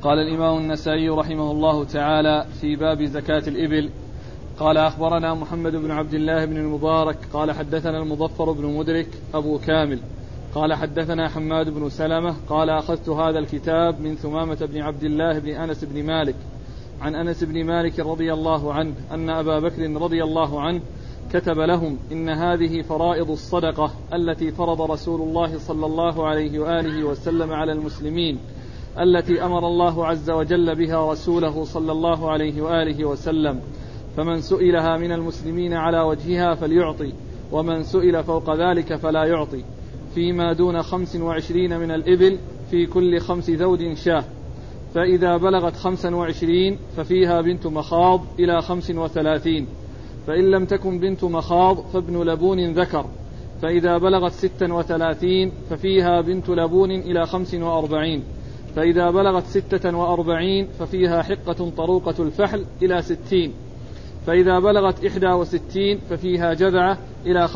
قال الإمام النسائي رحمه الله تعالى في باب زكاة الإبل. قال أخبرنا محمد بن عبد الله بن المبارك قال حدثنا المظفر بن مدرك أبو كامل قال حدثنا حماد بن سلمة قال أخذت هذا الكتاب من ثمامة بن عبد الله بن أنس بن مالك عن أنس بن مالك رضي الله عنه أن أبا بكر رضي الله عنه كتب لهم: إن هذه فرائض الصدقة التي فرض رسول الله صلى الله عليه وآله وسلم على المسلمين، التي أمر الله عز وجل بها رسوله صلى الله عليه وآله وسلم، فمن سئلها من المسلمين على وجهها فليعطي، ومن سئل فوق ذلك فلا يعطي، فيما دون 25 من الإبل في كل 5 ذود شاه، فإذا بلغت 25 ففيها بنت مخاض إلى 35، فإن لم تكن بنت مخاض فابن لبون ذكر، فإذا بلغت 36 ففيها بنت لبون إلى 45، فإذا بلغت 46 ففيها حقة طروقة الفحل إلى 60، فإذا بلغت 61 ففيها جذعة إلى 75،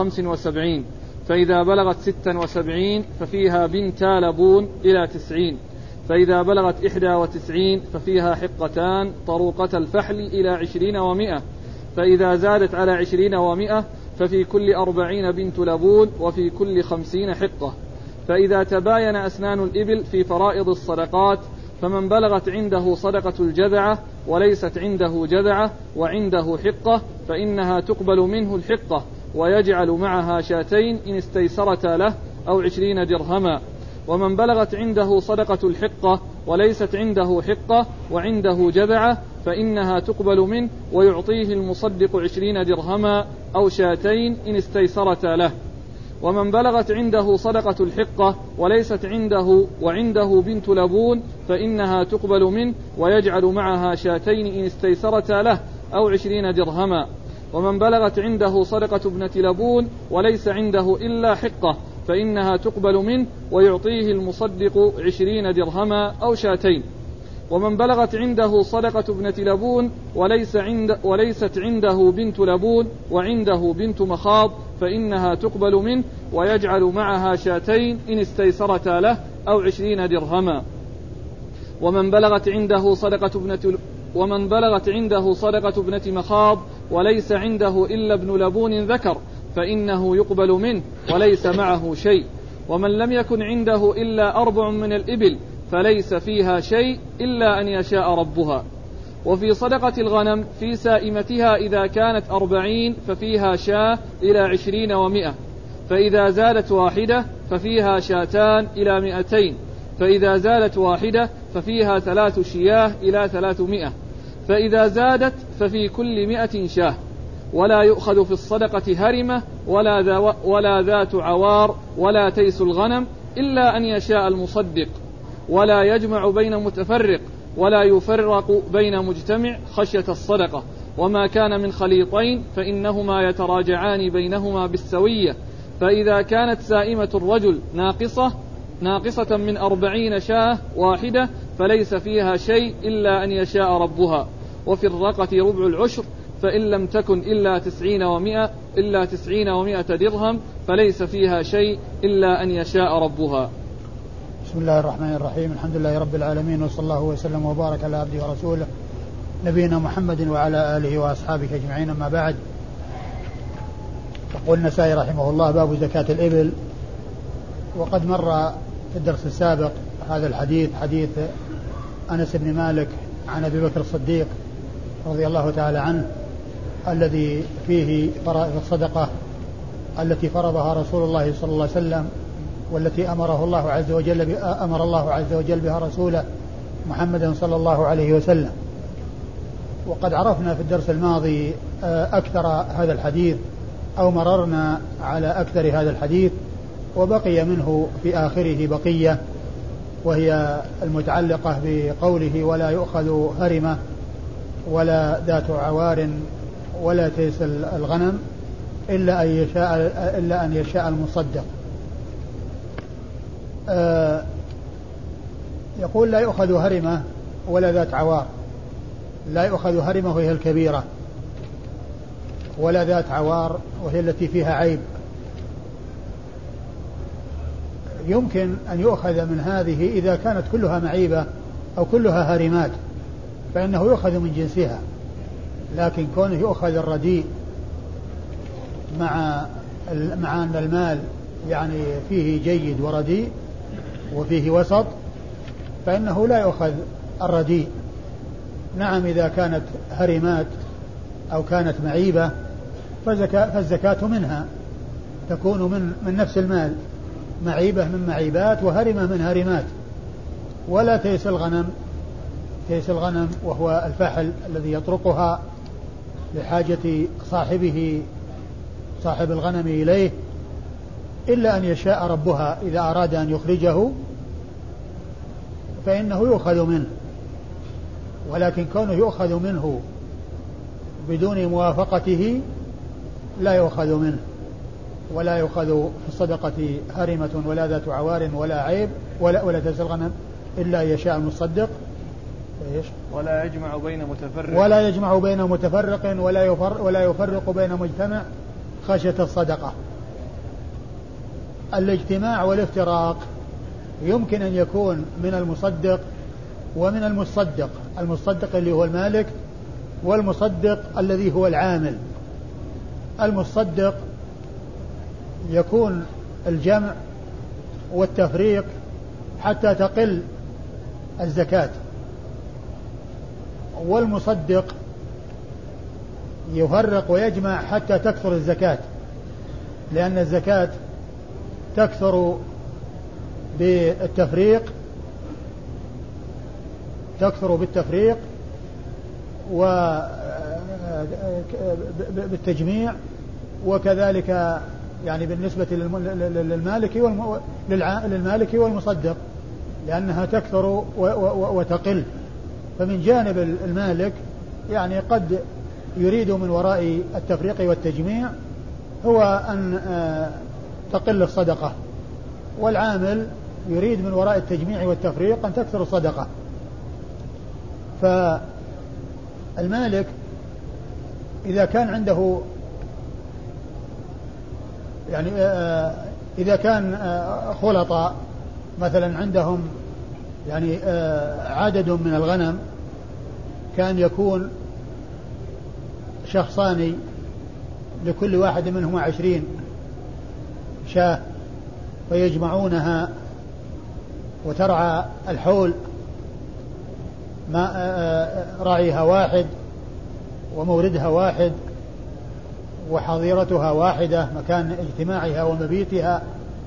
فإذا بلغت 76 ففيها بنتا لبون إلى 90، فإذا بلغت 91 ففيها حقتان طروقة الفحل إلى 20 و100، فإذا زادت على 20 و100 ففي كل 40 بنت لبون وفي كل 50 حقة. فإذا تباين أسنان الإبل في فرائض الصدقات، فمن بلغت عنده صدقة الجذعة وليست عنده جذعة وعنده حقة فإنها تقبل منه الحقة، ويجعل معها شاتين إن استيسرتا له أو 20 درهما. ومن بلغت عنده صدقة الحقة وليست عنده حقة وعنده جذعة فإنها تقبل منه، ويعطيه المصدق 20 درهما أو شاتين إن استيسرتا له. ومن بلغت عنده صدقة الحقة وليست عنده وعنده بنت لبون فإنها تقبل منه، ويجعل معها شاتين إن استيسرتا له أو 20 درهما. ومن بلغت عنده صدقة ابنة لبون وليس عنده إلا حقة فإنها تقبل منه، ويعطيه المصدق 20 درهما أو شاتين. ومن بلغت عنده صدقة ابنة لبون وليست عنده بنت لبون وعنده بنت مخاض فإنها تقبل منه، ويجعل معها شاتين إن استيسرتا له أو 20 درهما. ومن بلغت عنده صدقة ابنة مخاض وليس عنده إلا ابن لبون ذكر فإنه يقبل منه وليس معه شيء. ومن لم يكن عنده إلا 4 من الإبل فليس فيها شيء إلا أن يشاء ربها. وفي صدقة الغنم في سائمتها إذا كانت 40 ففيها شاة إلى 20 و100، فإذا زادت واحدة ففيها شاتان إلى 200، فإذا زادت واحدة ففيها 3 شياه إلى 300، فإذا زادت ففي كل 100 شاه. ولا يؤخذ في الصدقة هرمة ولا ذات عوار ولا تيس الغنم إلا أن يشاء المصدق، ولا يجمع بين متفرق ولا يفرق بين مجتمع خشية الصدقة. وما كان من خليطين فإنهما يتراجعان بينهما بالسوية. فإذا كانت سائمة الرجل ناقصة من 40 شاة واحدة فليس فيها شيء إلا أن يشاء ربها. وفي الرقة ربع العشر، فإن لم تكن إلا 90 و100 درهم فليس فيها شيء إلا أن يشاء ربها. بسم الله الرحمن الرحيم. الحمد لله رب العالمين، وصلى الله وسلم وبارك على عبده ورسوله نبينا محمد وعلى آله وأصحابه أجمعين. أما بعد، يقول النسائي رحمه الله: باب زكاة الإبل. وقد مر في الدرس السابق هذا الحديث، حديث أنس بن مالك عن أبي بكر الصديق رضي الله تعالى عنه، الذي فيه فرائض الصدقة التي فرضها رسول الله صلى الله عليه وسلم، والتي أمر الله عز وجل بها رسوله محمد صلى الله عليه وسلم. وقد عرفنا في الدرس الماضي أكثر هذا الحديث، أو مررنا على أكثر هذا الحديث، وبقي منه في آخره بقية، وهي المتعلقة بقوله: ولا يؤخذ هرمة ولا ذات عوار ولا تيس الغنم إلا أن يشاء المصدق. يقول: لا يؤخذ هرمة ولا ذات عوار. لا يؤخذ هرمة وهي الكبيرة، ولا ذات عوار وهي التي فيها عيب. يمكن أن يؤخذ من هذه إذا كانت كلها معيبة أو كلها هارمات فإنه يؤخذ من جنسها. لكن كونه يؤخذ الرديء مع أن المال يعني فيه جيد ورديء وفيه وسط فإنه لا يؤخذ الرديء. نعم إذا كانت هرمات أو كانت معيبة فالزكاة منها تكون من نفس المال، معيبة من معيبات وهرمة من هرمات. ولا تيس الغنم وهو الفحل الذي يطرقها لحاجة صاحب الغنم إليه إلا أن يشاء ربها إذا أراد أن يخرجه فإنه يؤخذ منه. ولكن كونه يؤخذ منه بدون موافقته لا يؤخذ منه، ولا يؤخذ في الصدقة هرمة ولا ذات عوار ولا عيب ولا تيس الغنم إلا يشاء المصدق. ولا يجمع بين متفرق ولا يفرق بين مجتمع خشية الصدقة. الاجتماع والافتراق يمكن أن يكون من المصدق ومن المصدق، المصدق اللي هو المالك والمصدق الذي هو العامل. المصدق يكون الجمع والتفريق حتى تقل الزكاة، والمصدق يفرق ويجمع حتى تكثر الزكاة، لأن الزكاة تكثر بالتفريق وبالتجميع، وكذلك يعني بالنسبة للمالك والمصدق لأنها تكثر وتقل. فمن جانب المالك يعني قد يريد من وراء التفريق والتجميع هو أن تقل الصدقة، والعامل يريد من وراء التجميع والتفريق أن تكثر الصدقة. فالمالك إذا كان عنده يعني إذا كان خلطاء مثلا عندهم يعني عدد من الغنم، كان يكون شخصان لكل واحد منهما 20 شاة فيجمعونها وترعى الحول، راعيها واحد وموردها واحد وحظيرتها واحدة مكان اجتماعها ومبيتها.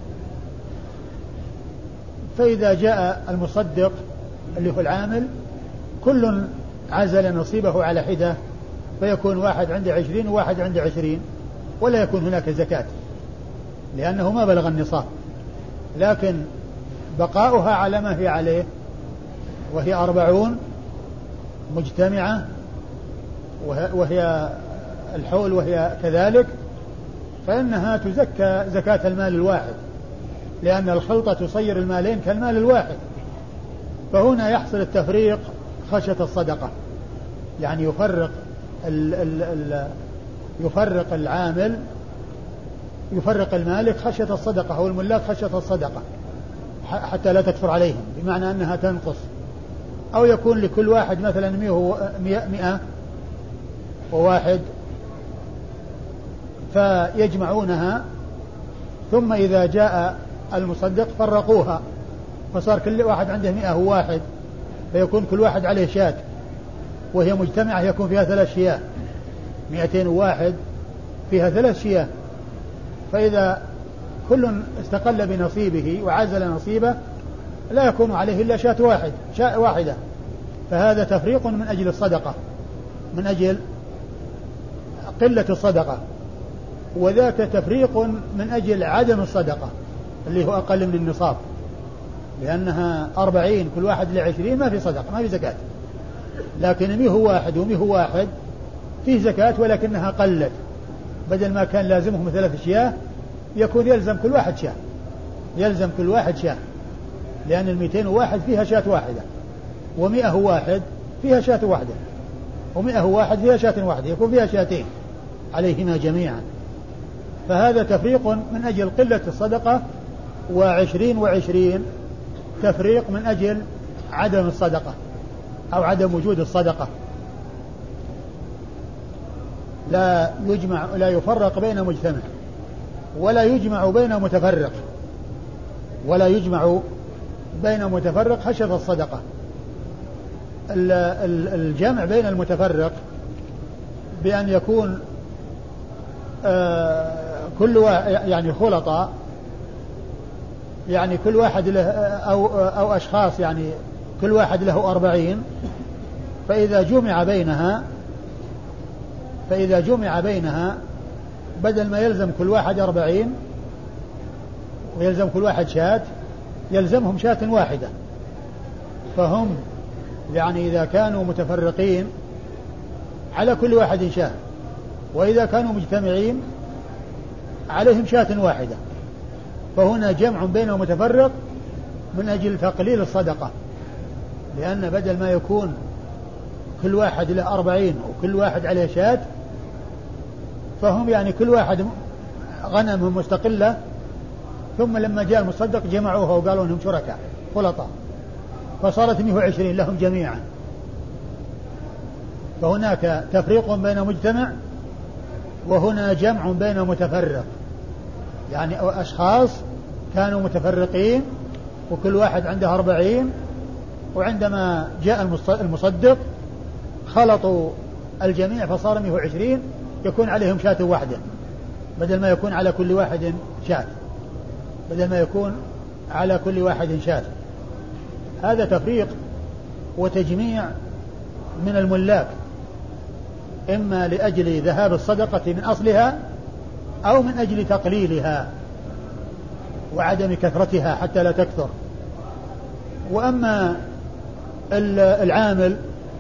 فإذا جاء المصدق اللي هو العامل كل عزل نصيبه على حدة، فيكون واحد عنده 20 وواحد عنده 20، ولا يكون هناك زكاة لأنه ما بلغ النصاب. لكن بقاؤها على ما هي عليه وهي 40 مجتمعة وهي الحول وهي كذلك، فإنها تزكى زكاة المال الواحد، لأن الخلطة تصير المالين كالمال الواحد. فهنا يحصل التفريق خشية الصدقة، يعني يفرق العامل يفرق المالك خشية الصدقة أو الملاك خشية الصدقة حتى لا تكثر عليهم، بمعنى أنها تنقص، أو يكون لكل واحد مثلا 100 وواحد فيجمعونها، ثم إذا جاء المصدق فرقوها فصار كل واحد عنده 101 فيكون كل واحد عليه شاة، وهي مجتمعة يكون فيها 3 شياه، 201 فيها 3 شياه. فإذا كل استقل بنصيبه وعزل نصيبه لا يكون عليه إلا شاة واحدة، فهذا تفريق من أجل الصدقة، من أجل قلة الصدقة، وذاك تفريق من أجل عدم الصدقة اللي هو أقل من النصاب، لأنها 40 كل واحد ل20 ما في صدقة ما في زكاة. لكن 101 و101 فيه زكاة ولكنها قلت، بدل ما كان لازمهم 3 شياه يكون يلزم كل واحد شاه، لأن 201 فيها شاة واحدة، و101 فيها شاة واحدة، و101 فيها شاة واحدة، يكون فيها شاتين عليهما جميعا. فهذا تفريق من أجل قلة الصدقة، و20 تفريق من أجل عدم الصدقة أو عدم وجود الصدقة. لا يفرق بين مجتمع ولا يجمع بين متفرق، ولا يجمع بين متفرق خشية الصدقة. الجمع بين المتفرق بأن يكون كل يعني خلطاء، يعني كل واحد له أو أشخاص، يعني كل واحد له 40، فإذا جمع بينها بدل ما يلزم كل واحد 40 ويلزم كل واحد شاة، يلزمهم شاة واحدة. فهم يعني إذا كانوا متفرقين على كل واحد شاة، وإذا كانوا مجتمعين عليهم شاة واحدة. فهنا جمع بينهم متفرق من أجل تقليل الصدقة، لأن بدل ما يكون كل واحد له 40 وكل واحد عليه شاة، فهم يعني كل واحد غنمهم مستقلة، ثم لما جاء المصدق جمعوها وقالوا انهم شركاء خلطاء، فصارت 120 لهم جميعا. فهناك تفريق بين مجتمع، وهنا جمع بين متفرق، يعني أشخاص كانوا متفرقين وكل واحد عنده 40، وعندما جاء المصدق خلطوا الجميع فصار 120 يكون عليهم شاة واحدة بدل ما يكون على كل واحد شاة. هذا تفريق وتجميع من الملاك، إما لأجل ذهاب الصدقة من أصلها أو من أجل تقليلها وعدم كثرتها حتى لا تكثر. وأما العامل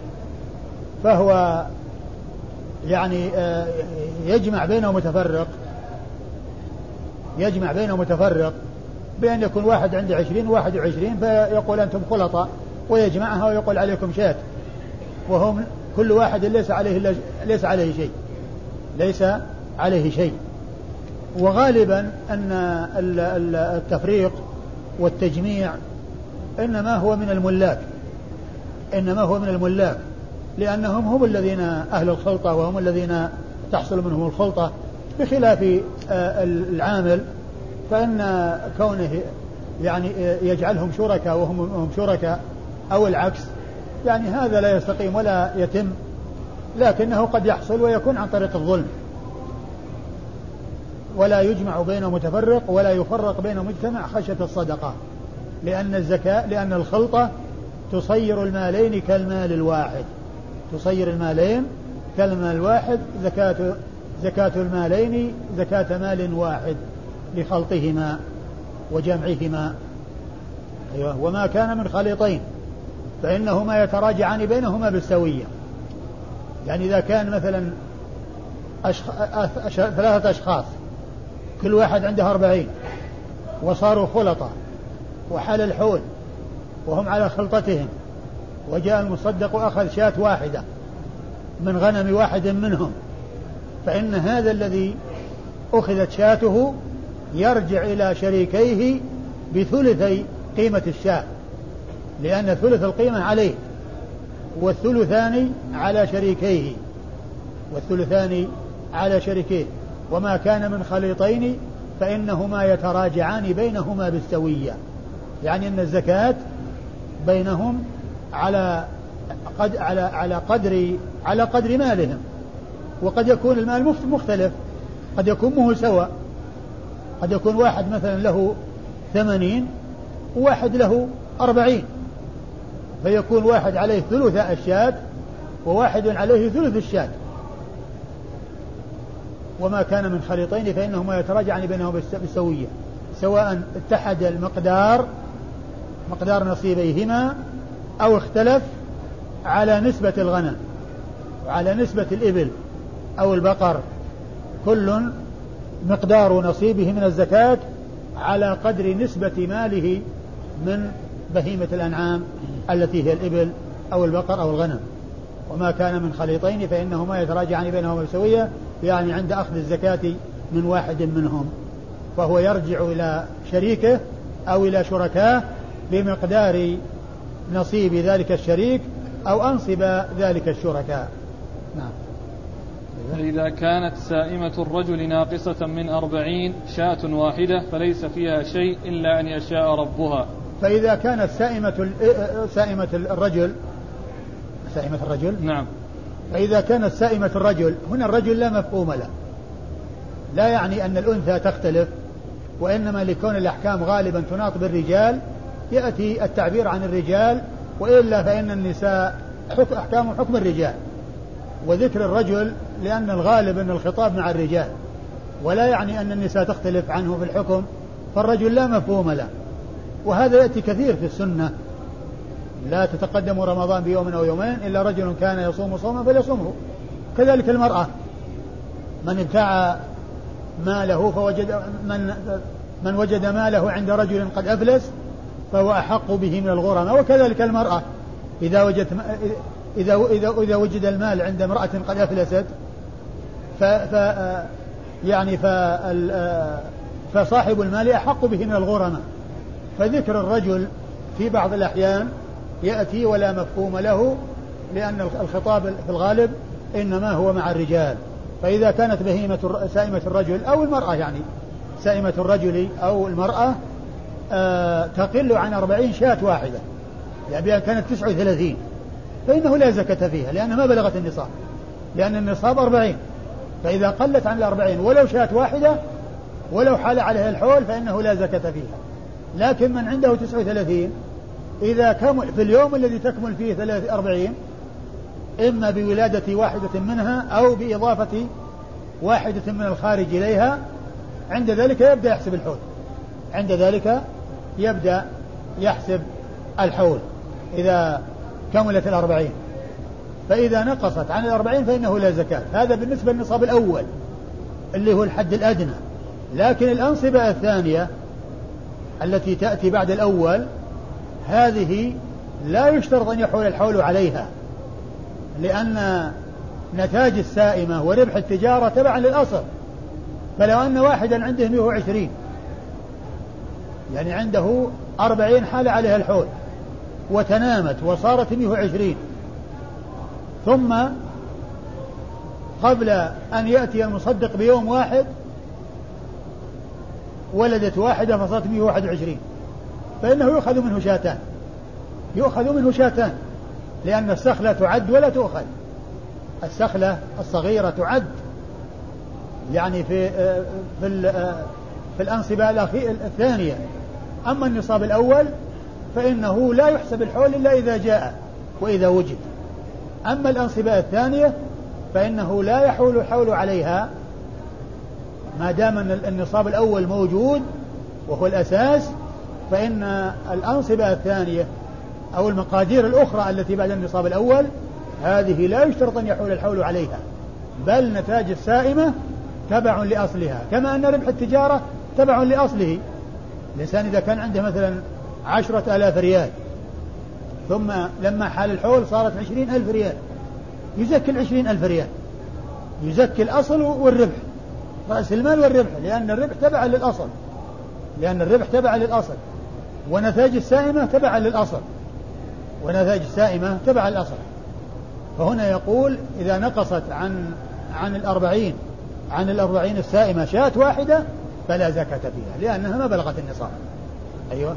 فهو يعني يجمع بينه متفرق بأن يكون واحد عنده 20 وواحد 20، فيقول أنتم خلطاء ويجمعها ويقول عليكم شاة، وهم كل واحد ليس عليه شيء. وغالبا أن التفريق والتجميع إنما هو من الملاك، لأنهم هم الذين أهل الخلطة وهم الذين تحصل منهم الخلطة، بخلاف العامل فإن كونه يعني يجعلهم شركاء وهم شركاء أو العكس، يعني هذا لا يستقيم ولا يتم، لكنه قد يحصل ويكون عن طريق الظلم. ولا يجمع بين متفرق ولا يفرق بين مجتمع خشية الصدقة، لأن الخلطة تصير المالين كالمال الواحد، زكاة المالين زكاة مال واحد لخلطهما وجمعهما. أيوة. وما كان من خليطين فإنهما يتراجعان بينهما بالسوية. يعني إذا كان مثلا 3 أشخاص كل واحد عنده 40 وصاروا خلطة وحال الحول وهم على خلطتهم، وجاء المصدق وأخذ شاة واحدة من غنم واحد منهم، فإن هذا الذي أخذت شاته يرجع إلى شريكيه بثلثي قيمة الشاة، لأن ثلث القيمة عليه والثلثان على شريكيه. وما كان من خليطين فإنهما يتراجعان بينهما بالسوية، يعني أن الزكاة بينهم على قدر مالهم. وقد يكون المال مختلف، قد يكون مو سواء، قد يكون واحد مثلا له 80 وواحد له 40، فيكون واحد عليه ثلث الشاة وواحد عليه ثلث الشاة. وما كان من خليطين فإنهما يتراجعان بينهما بالسوية، سواء اتحد مقدار نصيبيهما أو اختلف على نسبة الغنم وعلى نسبة الإبل أو البقر، كل مقدار نصيبه من الزكاة على قدر نسبة ماله من بهيمة الأنعام التي هي الإبل أو البقر أو الغنم. وما كان من خليطين فإنهما يتراجعان بينهما بالسوية، يعني عند أخذ الزكاة من واحد منهم فهو يرجع إلى شريكه أو إلى شركاه بمقدار نصيب ذلك الشريك أو أنصب ذلك الشركاء. نعم. فإذا كانت سائمة الرجل ناقصة من 40 شاة واحدة فليس فيها شيء إلا أن يشاء ربها. فإذا كانت سائمة الرجل نعم. فإذا كانت سائمة الرجل، هنا الرجل لا مفهوم له، لا يعني أن الأنثى تختلف، وإنما لكون الأحكام غالبا تناط بالرجال يأتي التعبير عن الرجال، وإلا فإن النساء أحكام حكم الرجال، وذكر الرجل لأن الغالب أن الخطاب مع الرجال، ولا يعني أن النساء تختلف عنه في الحكم، فالرجل لا مفهوم له. وهذا يأتي كثير في السنة، لا تتقدم رمضان بيوم أو يومين إلا رجل كان يصوم صوما فليصومه. كذلك المرأة، من ابتاع ماله فوجد من وجد ماله عند رجل قد أفلس فهو أحق به من الغرماء. وكذلك المرأة إذا وجد المال عند امرأة قد أفلست فصاحب المال أحق به من الغرماء. فذكر الرجل في بعض الأحيان يأتي ولا مفهوم له، لأن الخطاب في الغالب إنما هو مع الرجال. فإذا كانت سائمة الرجل أو المرأة، يعني سائمة الرجل أو المرأة تقل عن 40 شاة واحدة، يعني بأن كانت 39 فإنه لا زكاة فيها، لأنها ما بلغت النصاب، لأن النصاب 40. فإذا قلت عن 40 ولو شاة واحدة ولو حال عليها الحول فإنه لا زكاة فيها. لكن من عنده 39 إذا كمل في اليوم الذي تكمل فيه 40 إما بولادة واحدة منها أو بإضافة واحدة من الخارج إليها، عند ذلك يبدأ يحسب الحول، عند ذلك يبدأ يحسب الحول إذا كملت 40. فإذا نقصت عن 40 فإنه لا زكاة. هذا بالنسبة للنصاب الأول اللي هو الحد الأدنى. لكن الأنصبة الثانية التي تأتي بعد الأول هذه لا يشترط أن يحول الحول عليها، لأن نتاج السائمة وربح التجارة تبعا للأصل. فلو أن واحدا عنده 120 يعني عنده 40 حال عليها الحول وتنامت وصارت 120، ثم قبل أن يأتي المصدق بيوم واحد ولدت واحدة فصارت 121، فإنه يؤخذ منه شاتان، لأن السخلة تعد ولا تؤخذ. السخلة الصغيرة تعد يعني في الأنصبة الثانية. أما النصاب الأول فإنه لا يحسب الحول إلا إذا جاء وإذا وجد. أما الأنصبة الثانية فإنه لا يحول الحول عليها ما دام أن النصاب الأول موجود وهو الأساس. فإن الأنصبة الثانية أو المقادير الأخرى التي بعد النصاب الأول هذه لا يشترط أن يحول الحول عليها، بل نتاج السائمة تبع لأصلها، كما أن ربح التجارة تبع لأصله. الإنسان إذا كان عنده مثلا 10,000 ريال ثم لما حال الحول صارت 20,000 ريال يزكي 20,000 ريال، يزكي الأصل والربح، رأس المال والربح، لأن الربح تبع للأصل، ونتاج السائمة تبع للأصل. فهنا يقول إذا نقصت عن 40 السائمة شاة واحدة فلا زكاة فيها، لأنها ما بلغت النصاب. أيوة.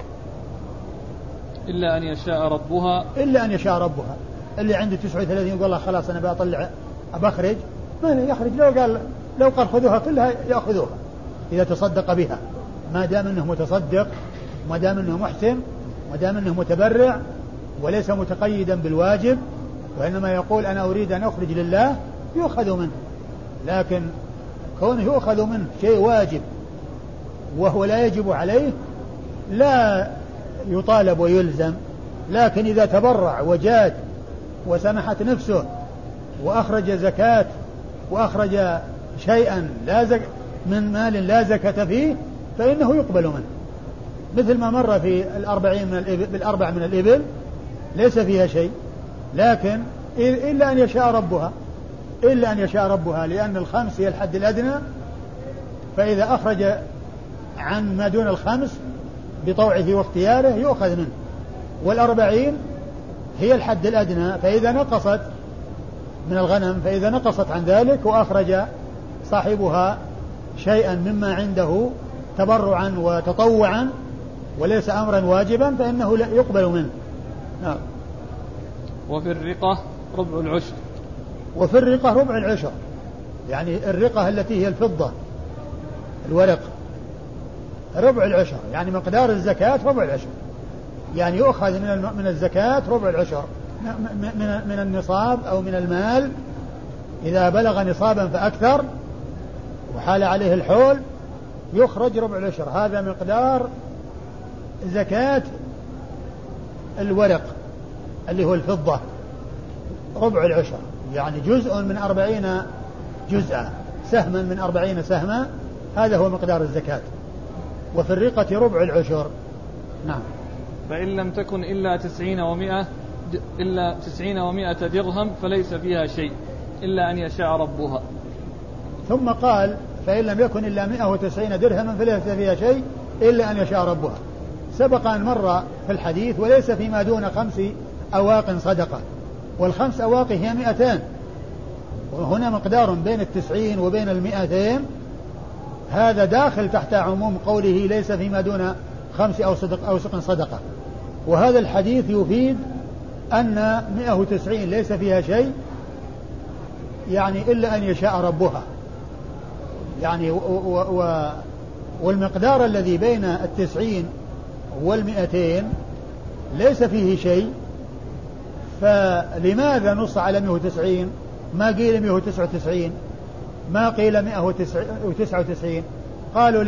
إلا أن يشاء ربها. اللي عنده 39 يقول الله خلاص أنا بأطلع أبخرج، ما يخرج. لو قال خذوها كلها يأخذوها إذا تصدق بها، ما دام أنه متصدق، ما دام أنه محسن، ما دام أنه متبرع وليس متقيدا بالواجب، وإنما يقول أنا أريد أن أخرج لله يؤخذ منه. لكن كونه يؤخذ منه شيء واجب وهو لا يجب عليه لا يطالب ويلزم. لكن إذا تبرع وجاد وسمحت نفسه وأخرج زكاة وأخرج شيئا من مال لا زكاة فيه فإنه يقبل منه، مثل ما مر في 40 من الإبل ليس فيها شيء، لكن إلا أن يشاء ربها، لأن الخمس هي الحد الأدنى. فإذا أخرج عن ما دون الخمس بطوعه واختياره يؤخذ منه، والأربعين هي الحد الأدنى، فإذا نقصت من الغنم، فإذا نقصت عن ذلك وأخرج صاحبها شيئا مما عنده تبرعا وتطوعا وليس أمرا واجبا فإنه يقبل منه. نعم. وفي الرقة ربع العشر. وفي الرقة ربع العشر، يعني الرقة التي هي الفضة الورق ربع العشر، يعني مقدار الزكاة ربع العشر، يعني يؤخذ من الزكاة ربع العشر من النصاب أو من المال إذا بلغ نصابا فأكثر وحال عليه الحول يخرج ربع العشر. هذا مقدار زكاة الورق اللي هو الفضة ربع العشر، يعني جزء من 40 جزءا، سهما من 40 سهما، هذا هو مقدار الزكاة. وفي الرقة ربع العشر. نعم. فإن لم تكن إلا 90 و100 درهم فليس فيها شيء إلا أن يشاء ربها. ثم قال فإن لم يكن إلا 190 درهما فليس فيها شيء إلا أن يشاء ربها. سبق أن مر في الحديث وليس فيما دون 5 أواق صدقة، والخمس أواق هي 200، وهنا مقدار بين 90 وبين 200، هذا داخل تحت عموم قوله ليس فيما دون 5 أوسق صدقة. وهذا الحديث يفيد أن 190 ليس فيها شيء، يعني إلا أن يشاء ربها، يعني والمقدار الذي بين 90 و200 ليس فيه شيء، فلماذا نص على 190 ما قيل 199 ما قيل 199؟ قالوا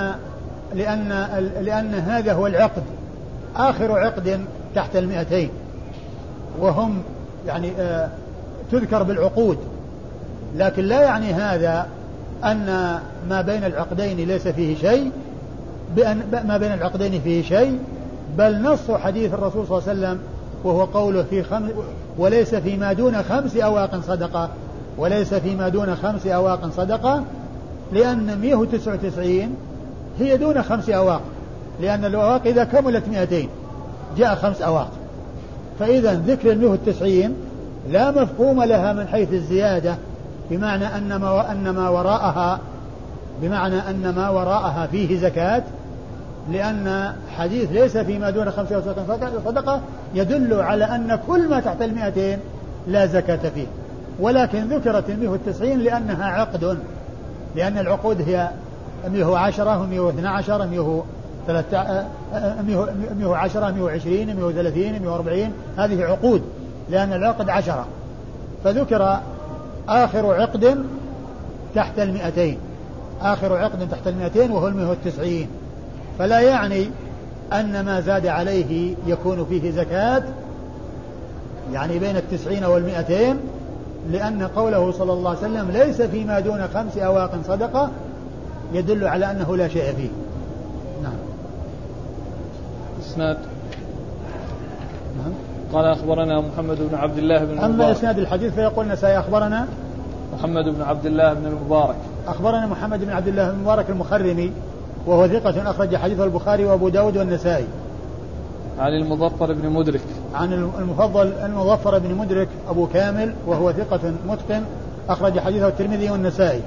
لأن هذا هو العقد، آخر عقد تحت 200، وهم يعني تذكر بالعقود، لكن لا يعني هذا أن ما بين العقدين ليس فيه شيء، ما بين العقدين فيه شيء، بل نص حديث الرسول صلى الله عليه وسلم وهو قوله وليس فيما دون 5 أواق صدقة، وليس فيما دون 5 أواق صدقة، لأن 199 هي دون 5 أواق، لأن الأواق إذا كملت 200 جاء 5 أواق، فإذا ذكر 190 لا مفهوم لها من حيث الزيادة، بمعنى أن ما وراءها فيه زكاة، لأن حديث ليس فيما دون 5 أواق صدقة يدل على أن كل ما تحت 200 لا زكاة فيه، ولكن ذكرت 190 لأنها عقد، لأن العقود هي 110 112 110 120 130 140، هذه عقود لأن العقد 10، فذكر آخر عقد تحت 200، آخر عقد تحت 200 وهو 190، فلا يعني أن ما زاد عليه يكون فيه زكاة، يعني بين 90 و200، لأن قوله صلى الله عليه وسلم ليس فيما دون 5 أواق صدقة يدل على أنه لا شيء فيه. نعم. إسناد. نعم. قال أخبرنا محمد بن عبد الله بن المبارك. أما إسناد الحديث فيقول النسائي أخبرنا محمد بن عبد الله بن المبارك. أخبرنا محمد بن عبد الله بن المبارك المخرمي وهو ثقة أخرج حديثه البخاري وأبو داود والنسائي. عن المظفر بن مدرك. عن المظفر بن مدرك أبو كامل وهو ثقة متقن أخرج حديثه الترمذي والنسائي.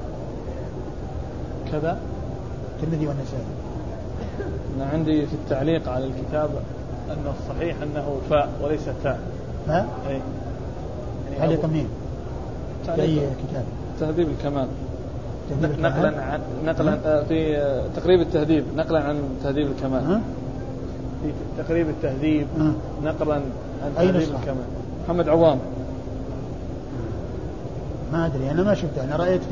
كذا الترمذي والنسائي. أنا عندي في التعليق على الكتاب أنه الصحيح أنه فاء وليس تاء. ها؟ أي. تعليق منين؟ أي كتاب؟ تهذيب الكمال. نقلا في تقريب التهذيب نقلا عن تهذيب الكمال. في تقريب التهذيب نقلا عن تهذيب الكمال. محمد عوام. ما أدري أنا ما شفته، أنا رأيت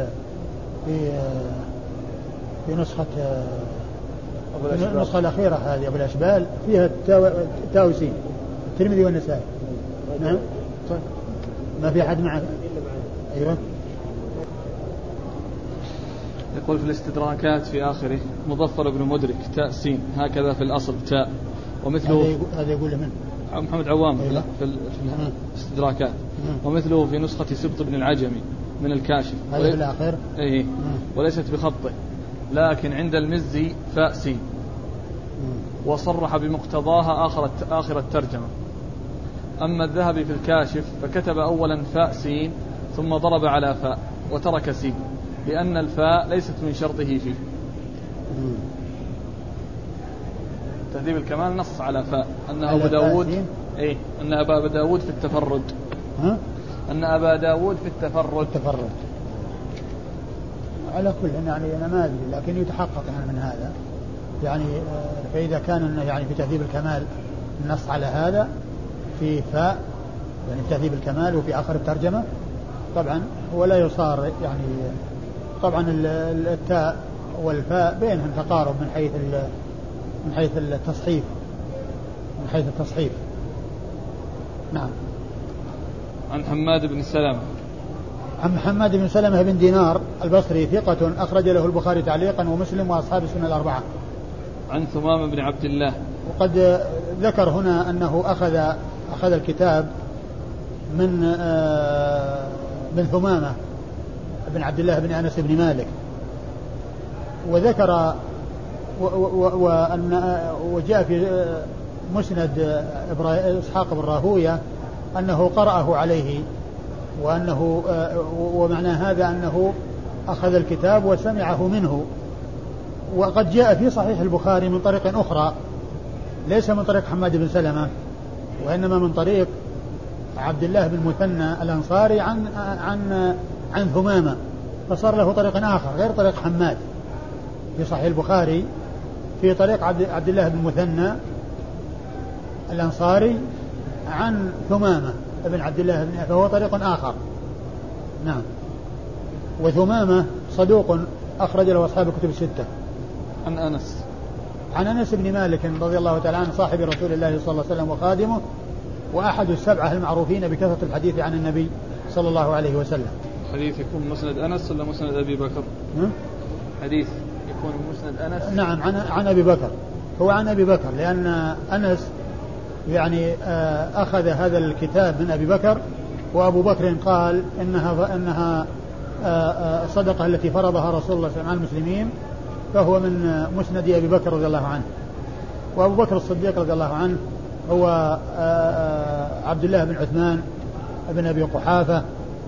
في نسخة النسخة الأخيرة هذه أبو الأشبال فيها التاوسين الترمذي والنسائي. نعم. ما في أحد معك؟ أيوة. يقول في الاستدراكات في آخره مظفر بن مدرك تاء سين هكذا في الأصل تاء، ومثله هذا يقول من محمد عوام. أيوة. في الاستدراكات. ومثله في نسخة سبط بن العجمي من الكاشف هذا في الآخر. وليست بخطه، لكن عند المزي فاء سين. وصرح بمقتضاها آخر الترجمة. أما الذهبي في الكاشف فكتب أولا فاء سين ثم ضرب على فاء وترك سين لأن الفاء ليست من شرطه فيه. تهذيب الكمال نص على فاء أن أبا داود أن أبا داود في التفرد أن أبا داود في التفرد على كل يعني أنا ما أدري لكن يتحقق من هذا يعني فإذا كان يعني في تهذيب الكمال النص على هذا في فاء يعني في تهذيب الكمال وفي آخر الترجمة طبعا ولا يصار يعني طبعا التاء والفاء بينهم تقارب من حيث التصحيف نعم. عن حماد بن سلمة عن حماد بن سلمة بن دينار البصري ثقة أخرج له البخاري تعليقا ومسلم وأصحاب السنة الأربعة. عن ثمامة بن عبد الله وقد ذكر هنا أنه أخذ الكتاب من ثمامة بن عبد الله بن أنس بن مالك وذكر وجاء في مسند إسحاق بن راهوية أنه قرأه عليه وأنه ومعنى هذا أنه أخذ الكتاب وسمعه منه. وقد جاء في صحيح البخاري من طريق أخرى ليس من طريق حماد بن سلمة وإنما من طريق عبد الله بن مثنى الأنصاري عن ثمامة فصار له طريق آخر غير طريق حماد في صحيح البخاري في طريق عبد الله بن مثنى الأنصاري عن ثمامة ابن عبد الله فهو طريق آخر. نعم. وثمامة صدوق أخرج له أصحاب الكتب الستة. عن أنس بن مالك رضي الله تعالى عنه صاحب رسول الله صلى الله عليه وسلم وخادمه وأحد السبعة المعروفين بكثرة الحديث عن النبي صلى الله عليه وسلم. حديث يكون مسند أنس ولا مسند أبي بكر؟ حديث يكون مسند أنس. نعم عن أبي بكر هو عن أبي بكر لأن أنس يعني أخذ هذا الكتاب من أبي بكر وأبو بكر قال إنها صدقة التي فرضها رسول الله صلى الله عليه وسلم على المسلمين فهو من مسند أبي بكر رضي الله عنه. وأبو بكر الصديق رضي الله عنه هو عبد الله بن عثمان بن أبي قحافة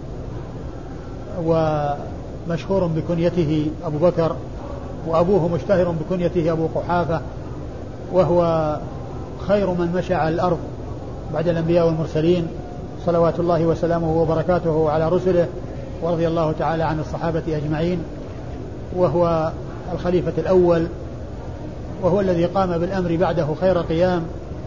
ومشهور بكنيته أبو بكر وأبوه مشتهر بكنيته أبو قحافة وهو خير من مشى على الأرض بعد الأنبياء والمرسلين صلوات الله وسلامه وبركاته على رسله ورضي الله تعالى عن الصحابة أجمعين وهو الخليفة الأول وهو الذي قام بالأمر بعده خير قيام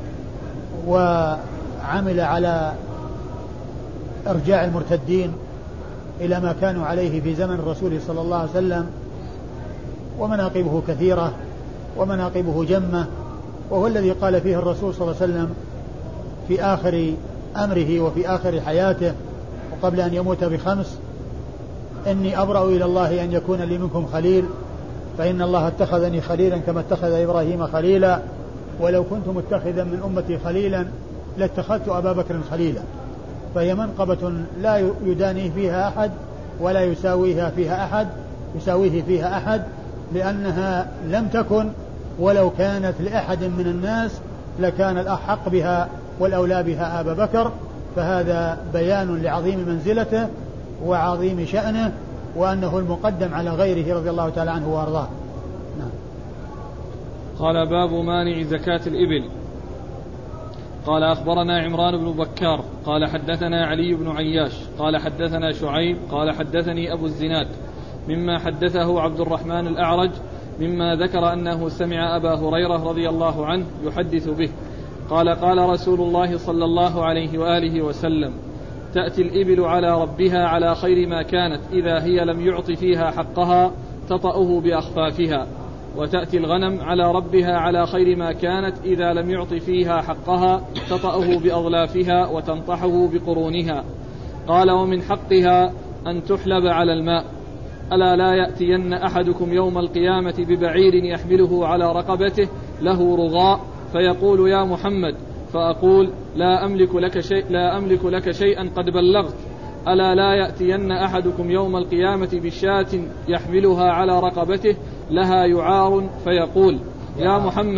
وعمل على إرجاع المرتدين إلى ما كانوا عليه في زمن الرسول صلى الله عليه وسلم ومناقبه كثيرة ومناقبه جمة وهو الذي قال فيه الرسول صلى الله عليه وسلم في آخر أمره وفي آخر حياته وقبل أن يموت بخمس إني أبرأ إلى الله أن يكون لي منكم خليل فإن الله اتخذني خليلا كما اتخذ إبراهيم خليلا ولو كنت متخذا من أمتي خليلا لاتخذت أبا بكر خليلا. فهي منقبة لا يدانيه فيها أحد ولا يساويه فيها أحد لأنها لم تكن ولو كانت لأحد من الناس لكان الأحق بها والأولى بها أبا بكر. فهذا بيان لعظيم منزلته وعظيم شأنه وأنه المقدم على غيره رضي الله تعالى عنه وأرضاه. نعم. قال باب مانع زكاة الإبل. قال أخبرنا عمران بن بكار قال حدثنا علي بن عياش قال حدثنا شعيب قال حدثني أبو الزناد مما حدثه عبد الرحمن الأعرج مما ذكر أنه سمع أبا هريرة رضي الله عنه يحدث به قال قال رسول الله صلى الله عليه وآله وسلم تأتي الإبل على ربها على خير ما كانت إذا هي لم يعط فيها حقها تطأه بأخفافها وتأتي الغنم على ربها على خير ما كانت إذا لم يعط فيها حقها تطأه بأظلافها وتنطحه بقرونها. قال ومن حقها أن تحلب على الماء. ألا لا يأتين أحدكم يوم القيامة ببعير يحمله على رقبته له رغاء فيقول يا محمد فأقول لا أملك لك شيئا قد بلغت. ألا لا يأتين أحدكم يوم القيامة بشاة يحملها على رقبته لها يعار فيقول يا محمد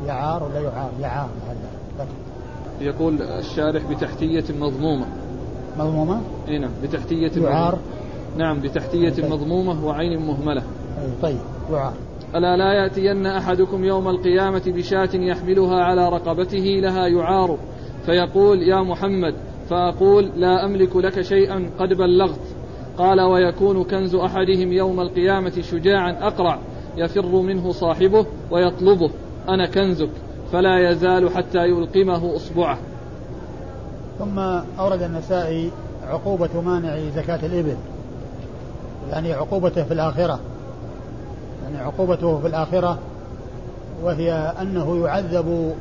يعار ولا يعار؟ يعار. يقول الشارح بتحتية مضمومة. مضمومة؟ اي نعم بتحتية يعار. نعم بتحتية مضمومة وعين مهملة. طيب يعار. ألا لا يأتين أحدكم يوم القيامة بشاة يحملها على رقبته لها يعار فيقول يا محمد فأقول لا أملك لك شيئا قد بلغت. قال ويكون كنز أحدهم يوم القيامة شجاعا أقرع يفر منه صاحبه ويطلبه أنا كنزك فلا يزال حتى يلقمه أصبعه. ثم أورد النسائي عقوبة مانع زكاة الإبل، يعني عقوبته في الآخرة، يعني عقوبته في الآخرة وهي أنه يعذب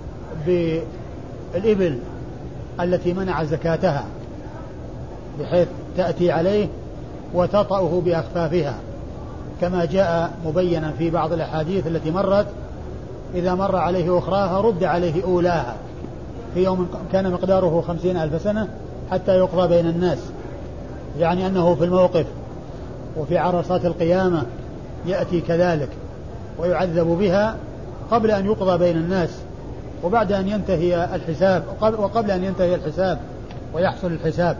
بالإبل التي منع زكاتها بحيث تأتي عليه وتطأه بأخفافها كما جاء مبينا في بعض الأحاديث التي مرت إذا مر عليه أخراها رد عليه أولاها في يوم كان مقداره 50,000 سنة حتى يقضى بين الناس، يعني أنه في الموقف وفي عرصات القيامة يأتي كذلك ويعذب بها قبل أن يقضى بين الناس وبعد أن ينتهي الحساب وقبل أن ينتهي الحساب ويحصل الحساب.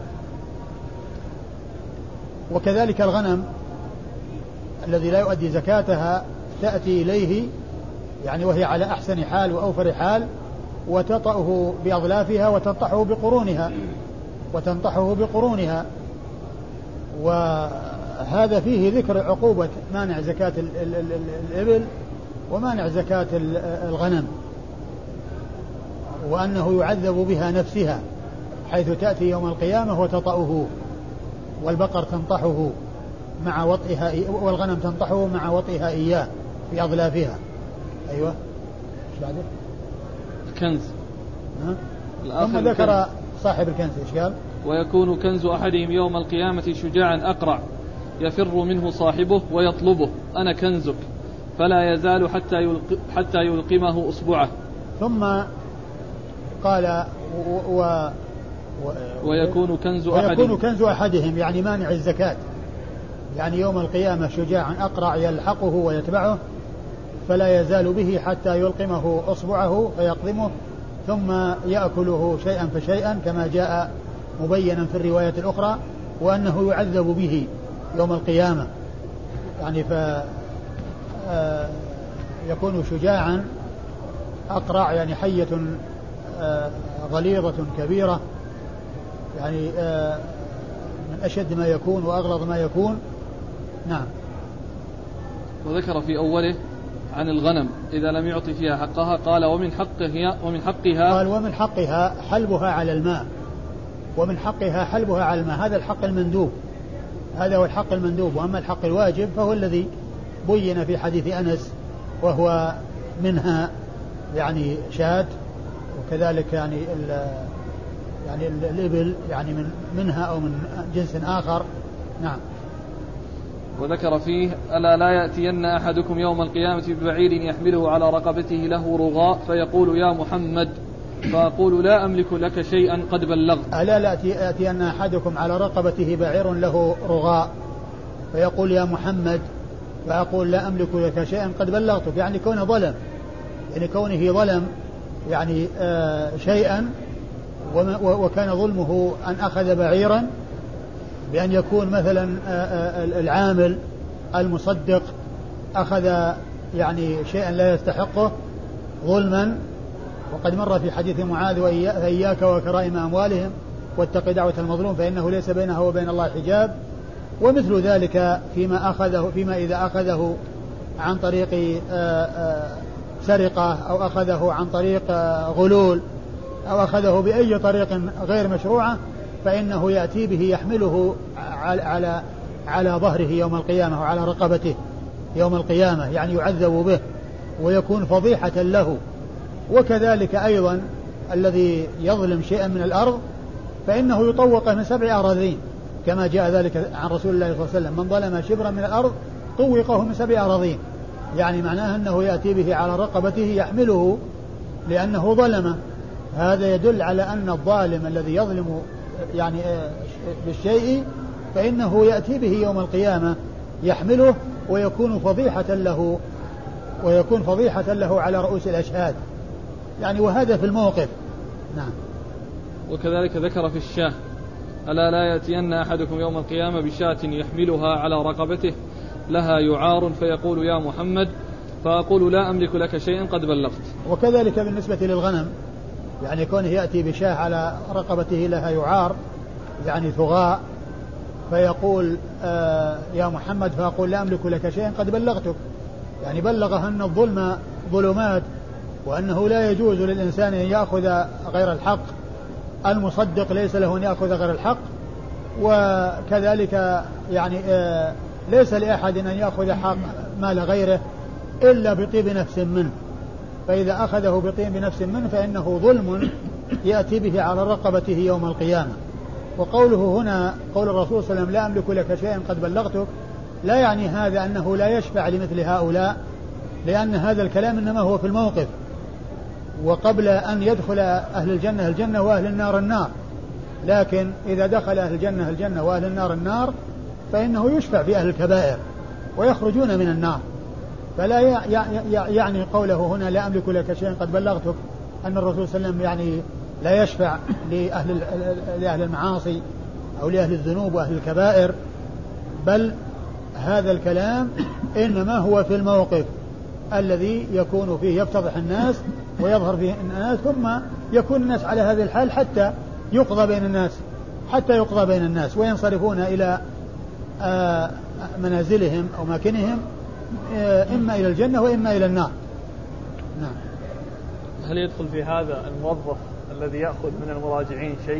وكذلك الغنم الذي لا يؤدي زكاتها تأتي إليه يعني وهي على أحسن حال وأوفر حال وتطأه بأظلافها وتنطحه بقرونها وهذا فيه ذكر عقوبة مانع زكاة الإبل ومانع زكاة الغنم وأنه يعذب بها نفسها حيث تأتي يوم القيامة وتطأه والبقر تنطحه مع وطئها والغنم تنطحه مع وطئها إياه في أظلافها. أيوة إيش بعده؟ الكنز. ثم ذكر صاحب الكنز إيش قال؟ ويكون كنز أحدهم يوم القيامة شجاعا أقرع يفر منه صاحبه ويطلبه أنا كنزك فلا يزال حتى يلقمه أصبعه. ثم قال ويكون كنز أحدهم يعني مانع الزكاة يعني يوم القيامة شجاعا أقرع يلحقه ويتبعه فلا يزال به حتى يلقمه أصبعه فيقضمه ثم يأكله شيئا فشيئا كما جاء مبينا في الرواية الأخرى وأنه يعذب به يوم القيامة يعني يكون شجاعا أقرع يعني حية غليظة كبيرة يعني من أشد ما يكون وأغلظ ما يكون. نعم. وذكر في أوله عن الغنم إذا لم يعطي فيها حقها قال ومن حقها حلبها على الماء هذا الحق المندوب هذا هو الحق المندوب وأما الحق الواجب فهو الذي بين في حديث أنس وهو منها يعني شاة وكذلك يعني الإبل يعني منها أو من جنس آخر. نعم. وذكر فيه ألا لا يأتين أحدكم يوم القيامة ببعير يحمله على رقبته له رغاء فيقول يا محمد فأقول لا أملك لك شيئا قد بلغت. ألا لا يأتين أحدكم على رقبته بعير له رغاء فيقول يا محمد فأقول لا أملك لك شيئا قد بلغتك يعني كونه ظلم يعني شيئا وكان ظلمه أن أخذ بعيرا بأن يكون مثلا العامل المصدق أخذ يعني شيئا لا يستحقه ظلما وقد مر في حديث معاذ وإياك وكرائم أموالهم واتق دعوة المظلوم فإنه ليس بينه وبين الله حجاب ومثل ذلك فيما إذا أخذه عن طريق سرقة أو أخذه عن طريق غلول أو أخذه بأي طريق غير مشروعة فإنه يأتي به يحمله على ظهره يوم القيامة وعلى رقبته يوم القيامة يعني يعذب به ويكون فضيحة له. وكذلك أيضا الذي يظلم شيئا من الأرض فإنه يطوق من 7 أراضين كما جاء ذلك عن رسول الله صلى الله عليه وسلم من ظلم شبرا من الأرض طوقه من 7 أراضين يعني معناه أنه يأتي به على رقبته يحمله لأنه ظلمه. هذا يدل على أن الظالم الذي يظلم يعني بالشيء فإنه يأتي به يوم القيامة يحمله ويكون فضيحة له ويكون فضيحة له على رؤوس الأشهاد يعني، وهذا في الموقف. نعم. وكذلك ذكر في الشاة: ألا لا يأتين أحدكم يوم القيامة بشاة يحملها على رقبته لها يعار فيقول يا محمد، فأقول لا أملك لك شيئا قد بلغت. وكذلك بالنسبة للغنم، يعني كونه يأتي بشاة على رقبته لها يعار يعني ثغاء، فيقول يا محمد، فأقول لا أملك لك شيئا قد بلغتك، يعني بلغه أن الظلم ظلمات، وأنه لا يجوز للإنسان أن يأخذ غير الحق، المصدق ليس له أن يأخذ غير الحق، وكذلك يعني ليس لأحد أن يأخذ حق مال غيره إلا بطيب نفس منه، فإذا أخذه بطيب نفس منه فإنه ظلم يأتي به على رقبته يوم القيامة. وقوله هنا قول الرسول صلى الله عليه وسلم لا أملك لك شيئا قد بلغتك، لا يعني هذا أنه لا يشفع لمثل هؤلاء، لأن هذا الكلام إنما هو في الموقف، وقبل أن يدخل أهل الجنة الجنة وأهل النار النار، لكن إذا دخل أهل الجنة الجنة وأهل النار النار فإنه يشفع في أهل الكبائر ويخرجون من النار. فلا يعني قوله هنا لا أملك لك شيئا قد بلغتك أن الرسول صلى الله عليه وسلم يعني لا يشفع لأهل المعاصي أو لأهل الذنوب وأهل الكبائر، بل هذا الكلام إنما هو في الموقف الذي يكون فيه يفتضح الناس ويظهر فيه الناس، ثم يكون الناس على هذه الحال حتى يقضى بين الناس وينصرفون إلى منازلهم أو ماكنهم، إما إلى الجنة وإما إلى النار. نعم. هل يدخل في هذا الموظف الذي يأخذ من المراجعين شيء؟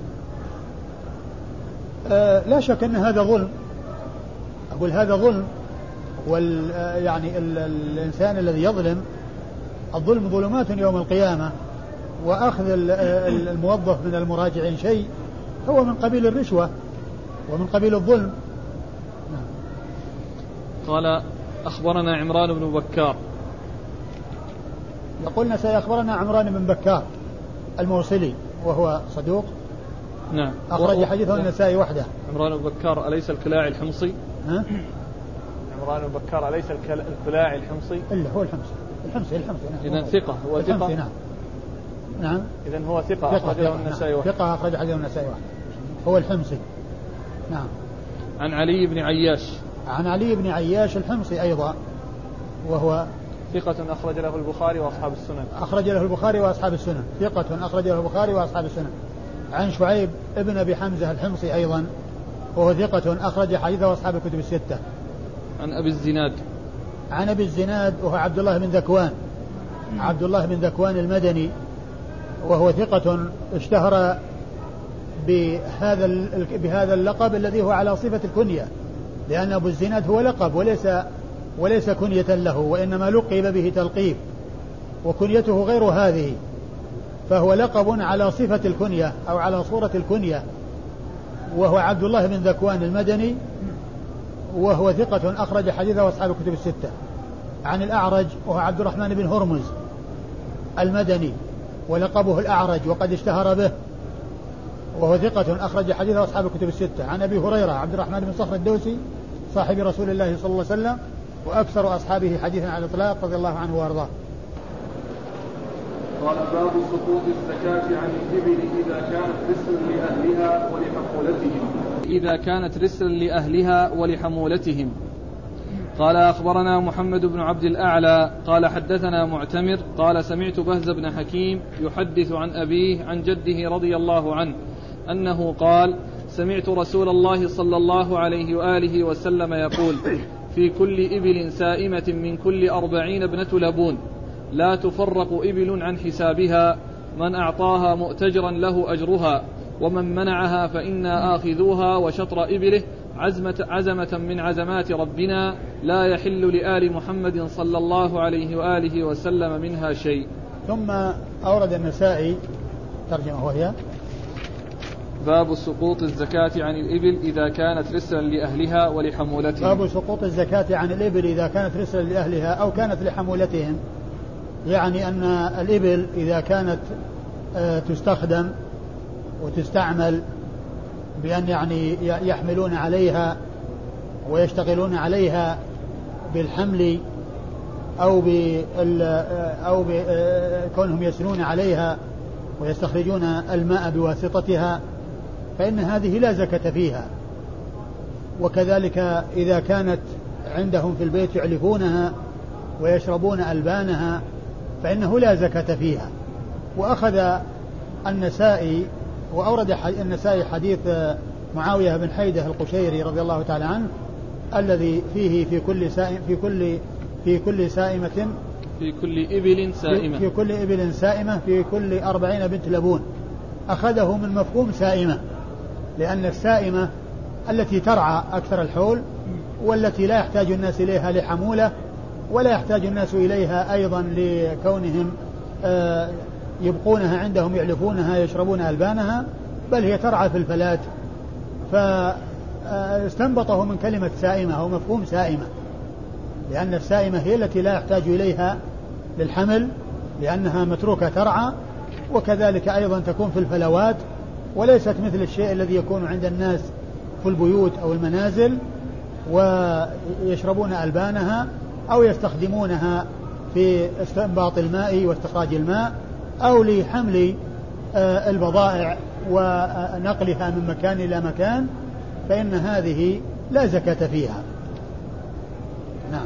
لا شك أن هذا ظلم، أقول هذا ظلم، يعني الإنسان الذي يظلم، الظلم ظلمات يوم القيامة، وأخذ الموظف من المراجعين شيء هو من قبيل الرشوة ومن قبيل الظلم. قال أخبرنا عمران بن بكار، يقولنا سيخبرنا عمران بن بكار الموصلي وهو صدوق. نعم. أخرج حديثه النسائي وحده. عمران بن بكار أليس الكلاعي الحمصي؟ ها؟ عمران بن بكار أليس الكلاعي الحمصي؟ إلا هو الحمصي. إذن ثقة، هو ثقة. نعم. إذن هو ثقة أخرجه النسائي وحده. ثقة أخرج حديثه النسائي وحده. هو الحمصي. نعم. عن علي بن عياش. عن علي بن عياش الحمصي أيضا، وهو ثقة أخرج له البخاري وأصحاب السنن. أخرج له البخاري وأصحاب السنن. ثقة أخرج له البخاري وأصحاب السنن. عن شعيب ابن أبي حمزة الحمصي أيضا، وهو ثقة أخرج حديثه أصحاب الكتب الستة. عن أبي الزناد. عن أبي الزناد وهو عبد الله بن ذكوان المدني، وهو ثقة اشتهر بهذا اللقب الذي هو على صفة الكنية، لأن أبو الزناد هو لقب وليس كنية له، وإنما لقب به تلقيب، وكنيته غير هذه، فهو لقب على صفة الكنية أو على صورة الكنية، وهو عبد الله بن ذكوان المدني، وهو ثقة أخرج حديثه أصحاب الكتب الستة. عن الأعرج وهو عبد الرحمن بن هرمز المدني، ولقبه الأعرج وقد اشتهر به، وهو ثقة أخرج حديثه أصحاب الكتب الستة. عن أبي هريرة عبد الرحمن بن صخر الدوسي صاحب رسول الله صلى الله عليه وسلم وأكثر أصحابه حديثا على الإطلاق رضي الله عنه وأرضاه. قال باب سقوط الزكاة عن الإبل إذا كانت رسلا لأهلها ولحمولتهم. قال أخبرنا محمد بن عبد الأعلى قال حدثنا معتمر قال سمعت بهز بن حكيم يحدث عن أبيه عن جده رضي الله عنه أنه قال سمعت رسول الله صلى الله عليه وآله وسلم يقول في كل إبل سائمة من كل 40 ابنة لبون لا تفرق إبل عن حسابها، من أعطاها مؤتجرا له أجرها، ومن منعها فإنا آخذوها وشطر إبله عزمة من عزمات ربنا لا يحل لآل محمد صلى الله عليه وآله وسلم منها شيء. ثم أورد النسائي ترجمة وهي باب سقوط الزكاة عن الإبل إذا كانت رسلا لأهلها ولحمولتهم. باب سقوط الزكاة عن الإبل إذا كانت رسلا لأهلها أو كانت لحمولتهم، يعني أن الإبل إذا كانت تستخدم وتستعمل بأن يعني يحملون عليها ويشتغلون عليها بالحمل أو بكونهم يسنون عليها ويستخرجون الماء بواسطتها، فإن هذه لا زكاة فيها. وكذلك إذا كانت عندهم في البيت يعلفونها ويشربون ألبانها فإنه لا زكاة فيها. وأخذ النسائي وأورد النسائي حديث معاوية بن حيدة القشيري رضي الله تعالى عنه الذي فيه في كل سائمة في كل إبل سائمة في كل إبل سائمة في كل 40 بنت لبون. أخذه من مفهوم سائمة، لأن السائمة التي ترعى أكثر الحول والتي لا يحتاج الناس إليها لحمولة ولا يحتاج الناس إليها أيضا لكونهم يبقونها عندهم يعلفونها يشربون ألبانها، بل هي ترعى في الفلات، فاستنبطه من كلمة سائمة أو مفهوم سائمة، لأن السائمة هي التي لا يحتاج إليها للحمل لأنها متروكة ترعى، وكذلك أيضا تكون في الفلوات وليست مثل الشيء الذي يكون عند الناس في البيوت أو المنازل ويشربون ألبانها أو يستخدمونها في استنباط الماء واستخراج الماء أو لحمل البضائع ونقلها من مكان إلى مكان، فإن هذه لا زكاة فيها. نعم.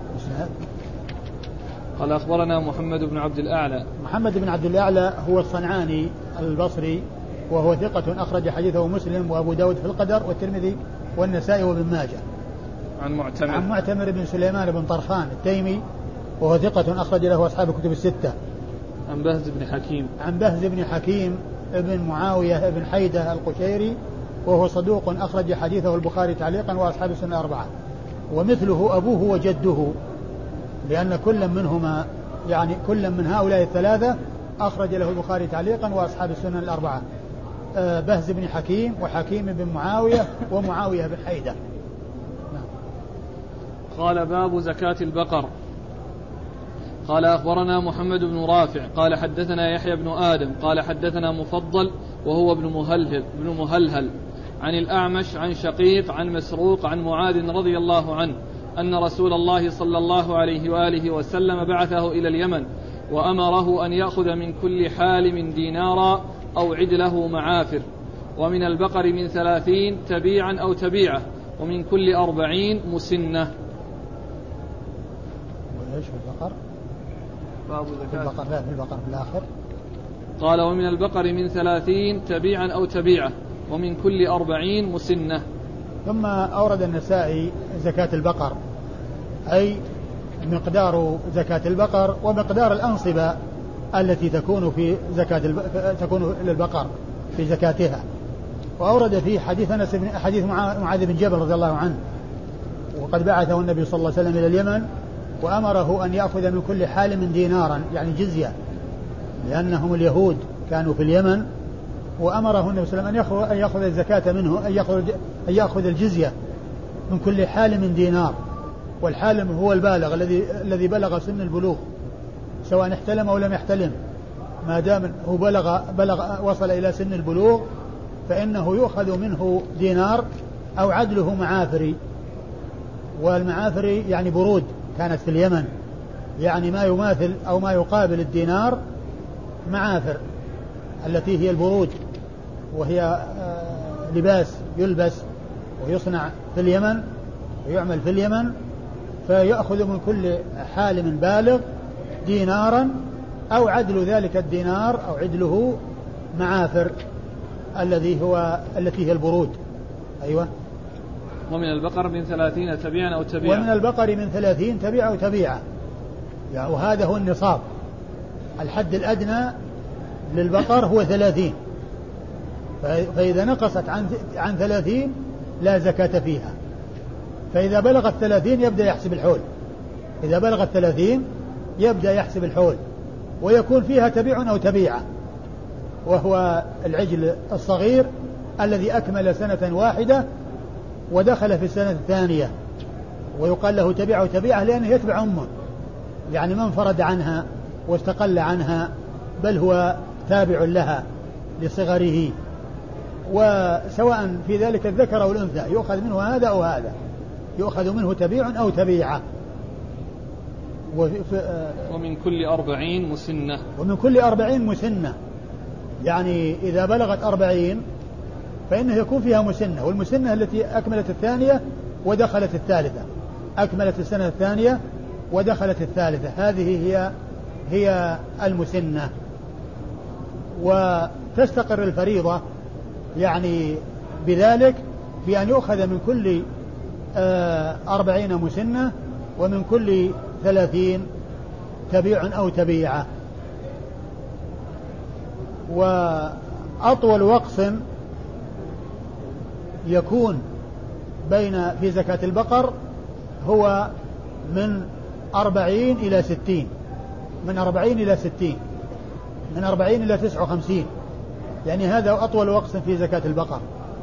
قال أخبرنا محمد بن عبد الأعلى. محمد بن عبد الأعلى هو الصنعاني البصري وهو ثقة أخرج حديثه مسلم وأبو داود في القدر والترمذي والنسائي وابن ماجه. عن معتمر بن سليمان بن طرخان التيمي وهو ثقة أخرج له أصحاب الكتب الستة. عن بهز بن حكيم ابن معاوية ابن حيدة القشيري وهو صدوق أخرج حديثه البخاري تعليقا وأصحاب السنة الأربعة، ومثله أبوه وجده، لأن كل منهما يعني كل من هؤلاء الثلاثة أخرج له البخاري تعليقا وأصحاب السنن الأربعة، بهز بن حكيم وحكيم بن معاوية ومعاوية بن حيدة. قال باب زكاة البقر. قال أخبرنا محمد بن رافع قال حدثنا يحيى بن آدم قال حدثنا مفضل وهو ابن مهلهل عن الأعمش عن شقيق عن مسروق عن معاذ رضي الله عنه أن رسول الله صلى الله عليه وآله وسلم بعثه إلى اليمن وأمره أن يأخذ من كل حالم دينارا أو عدله معافر، ومن البقر من 30 تبيعا أو تبيعة، ومن كل 40 مسنة. وإيش في البقر؟ باب زكاة البقر لا في البقر في الآخر. قال ومن البقر من 30 تبيعا أو تبيعة، ومن كل 40 مسنة. ثم أورد النسائي زكاة البقر، أي مقدار زكاة البقر ومقدار الأنصبة التي تكون في تكون للبقر في زكاتها. وأورد فيه حديث معاذ بن جبل رضي الله عنه، وقد بعثه النبي صلى الله عليه وسلم إلى اليمن وأمره أن يأخذ من كل حالم دينارا يعني جزية، لأنهم اليهود كانوا في اليمن، وأمره النبي صلى الله عليه وسلم أن يأخذ الزكاة منه، أن يأخذ الجزية من كل حالم دينار. والحالم هو البالغ الذي بلغ سن البلوغ سواء احتلم أو لم يحتلم، ما دام هو وصل إلى سن البلوغ فإنه يؤخذ منه دينار أو عدله معافري. والمعافري يعني برود كانت في اليمن، يعني ما يماثل أو ما يقابل الدينار معافر التي هي البرود، وهي لباس يلبس ويصنع في اليمن ويعمل في اليمن، فيأخذ من كل حالم بالغ دينارا أو عدل ذلك الدينار أو عدله معافر التي هي البرود. أيوة. ومن البقر من 30 تبيعا أو تبيعة. ومن البقر من 30 تبيعة أو تبيعة، يعني وهذا هو النصاب. الحد الأدنى للبقر هو 30، فإذا نقصت عن 30 لا زكاة فيها، فإذا بلغت 30 يبدأ يحسب الحول، إذا بلغت 30 يبدأ يحسب الحول، ويكون فيها تبيع أو تبيعة، وهو العجل الصغير الذي أكمل سنة واحدة ودخل في السنة الثانية، ويقال له تبيع أو تبيعة لأنه يتبع أمه، يعني من فرد عنها واستقل عنها، بل هو تابع لها لصغره، وسواء في ذلك الذكر أو الأنثى يؤخذ منه هذا أو هذا، يؤخذ منه تبيع أو تبيعة. ومن كل 40 مسنة. ومن كل 40 مسنة، يعني إذا بلغت 40 فإنه يكون فيها مسنة، والمسنة التي أكملت الثانية ودخلت الثالثة، أكملت السنة الثانية ودخلت الثالثة، هذه هي المسنة. وتستقر الفريضة يعني بذلك بأن يؤخذ من كل 40 مسنة ومن كل 30 تبيع أو تبيعة. وأطول وقص يكون في زكاة البقر هو من 40 إلى 60، من 40 إلى 60، من 40 إلى 59، يعني هذا أطول وقص في زكاة البقر،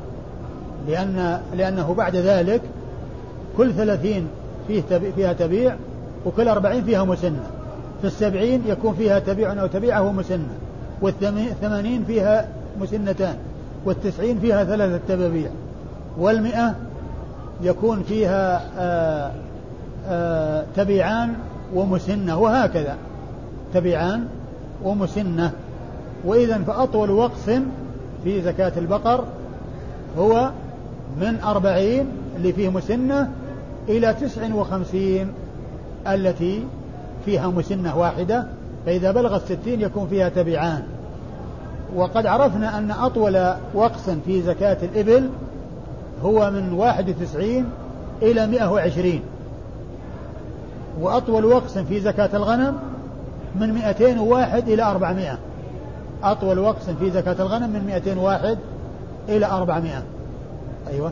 لأنه بعد ذلك كل 30 فيها تبيع، وكل 40 فيها مسنة. في 70 يكون فيها تبيع أو تبيعة ومسنة، وال80 فيها مسنتان، وال90 فيها 3 تبابيع، وال100 يكون فيها تبيعان ومسنة، وهكذا تبيعان ومسنة. وإذن فأطول وقص في زكاة البقر هو من 40 اللي فيه مسنة إلى 59 التي فيها مسنة واحدة، فإذا بلغت 60 يكون فيها تبيعان. وقد عرفنا أن أطول وقص في زكاة الإبل هو من 91 إلى 120، وأطول وقص في زكاة الغنم من 201 إلى 400. أطول وقص في زكاة الغنم من 201 إلى 400. أيوة.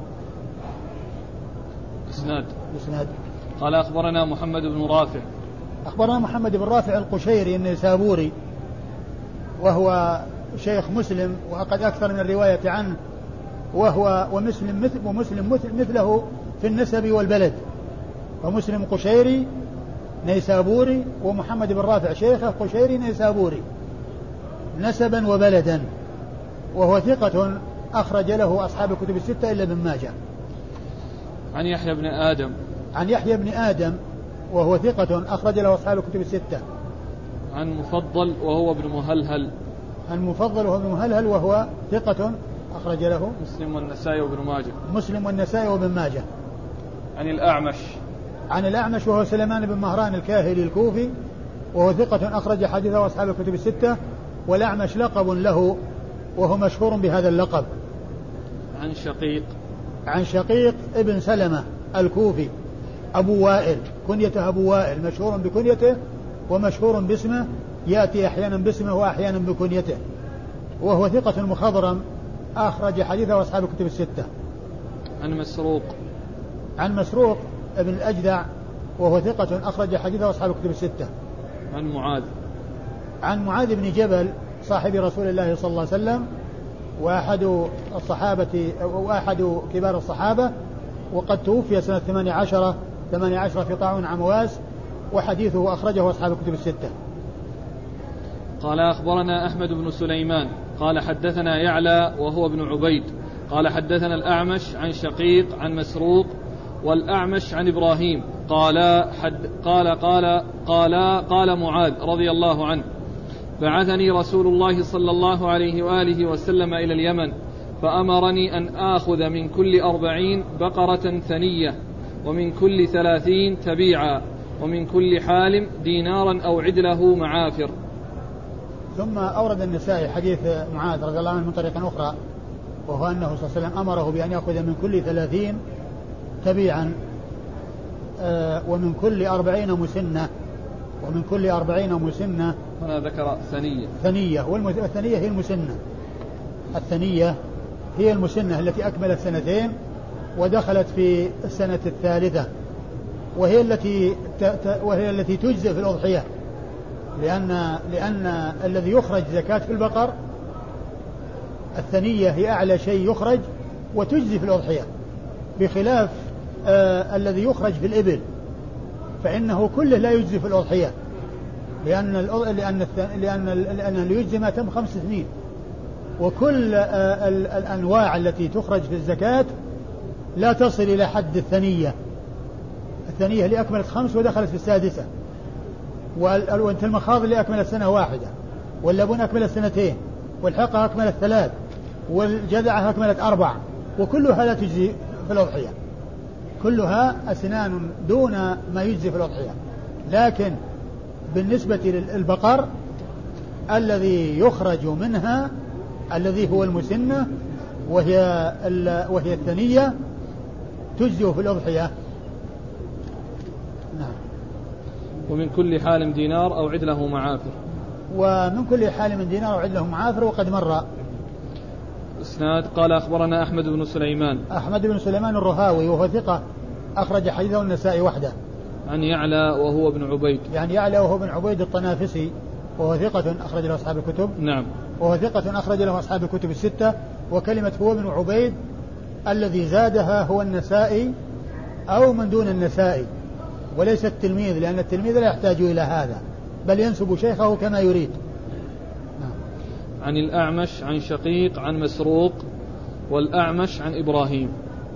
إسناد. قال أخبرنا محمد بن رافع. أخبرنا محمد بن رافع القشيري النيسابوري، وهو شيخ مسلم وقد أكثر من الرواية عنه، ومسلم مثله في النسب والبلد، ومسلم قشيري نيسابوري، ومحمد بن رافع شيخه قشيري نيسابوري نسبا وبلدا، وهو ثقة أخرج له أصحاب الكتب الستة إلا ابن ماجه. عن يحيى بن آدم. عن يحيى بن آدم وهو ثقة أخرج له أصحاب الكتب الستة. عن مفضل وهو ابن مهلهل. عن مفضل وهو ابن مهلهل وهو ثقة أخرج له مسلم والنسائي وابن ماجه. مسلم والنسائي وابن ماجه. عن الأعمش. عن الأعمش وهو سليمان بن مهران الكاهلي الكوفي، وهو ثقة أخرج حديثه أصحاب الكتب الستة. والأعمش لقب له وهو مشهور بهذا اللقب. عن شقيق. عن شقيق ابن سلمة الكوفي أبو وائل، كنيته أبو وائل، مشهور بكنيته ومشهور باسمه، يأتي أحيانا باسمه وأحيانا بكنيته، وهو ثقة مخضرم أخرج حديثه أصحاب الكتب الستة. عن مسروق. عن مسروق ابن الأجدع وهو ثقة أخرج حديثه أصحاب الكتب الستة. عن معاذ. عن معاذ بن جبل صاحب رسول الله صلى الله عليه وسلم، وأحد كبار الصحابة، وقد توفي سنة 18 في طاعون عمواس، وحديثه أخرجه أصحاب الكتب الستة. قال أخبرنا أحمد بن سليمان قال حدثنا يعلى وهو ابن عبيد قال حدثنا الأعمش عن شقيق عن مسروق، والأعمش عن إبراهيم قال معاذ رضي الله عنه: بعثني رسول الله صلى الله عليه وآله وسلم إلى اليمن، فأمرني أن آخذ من كل 40 بقرة ثنية، ومن كل 30 تبيعا، ومن كل حال دينارا أو عدله معافر. ثم أورد النسائي حديث معاذ رضي الله عنه من طريق أخرى، وهو أنه صلى الله عليه وسلم أمره بأن يأخذ من كل 30 تبيعا، ومن كل 40 مسنة، ومن كل 40 مسنة. هنا ذكر ثنية، والثنية هي المسنة. الثنية هي المسنة التي أكملت سنتين ودخلت في السنة الثالثة، وهي التي تجزئ في الأضحية، لأن الذي يخرج زكاة في البقر الثنية هي أعلى شيء يخرج وتجزي في الأضحية، بخلاف الذي يخرج في الإبل فإنه كله لا يجزي في الأضحية، لأن اللي يجزي ما تم 5 سنين، وكل الأنواع التي تخرج في الزكاة لا تصل إلى حد الثنية اللي أكملت 5 ودخلت في السادسة، وانت المخاض اللي أكمل سنة واحدة، واللبون أكمل سنتين، والحقة أكملت 3، والجذعة أكملت 4، وكلها لا تجزي في الأضحية، كلها أسنان دون ما يجزي في الأضحية. لكن بالنسبة للبقر الذي يخرج منها الذي هو المسنة وهي الثنية تجزي في الأضحية. نعم. ومن كل حال دينار أو عدله معافر. ومن كل حال من دينار أو عدله معافر. وقد مر. إسناد. قال أخبرنا أحمد بن سليمان. أحمد بن سليمان الرهاوي وهو ثقة أخرج حديثه النسائي وحده. عن يعلى وهو ابن عبيد. يعني يعلى وهو ابن عبيد الطنافسي وهو ثقة أخرج له أصحاب الكتب. نعم. وهو ثقة أخرج له أصحاب الكتب الستة. وكلمة هو ابن عبيد الذي زادها هو النسائي أو من دون النسائي، وليس التلميذ، لأن التلميذ لا يحتاج إلى هذا بل ينسب شيخه كما يريد. عن الأعمش عن شقيق عن مسروق، والأعمش عن إبراهيم.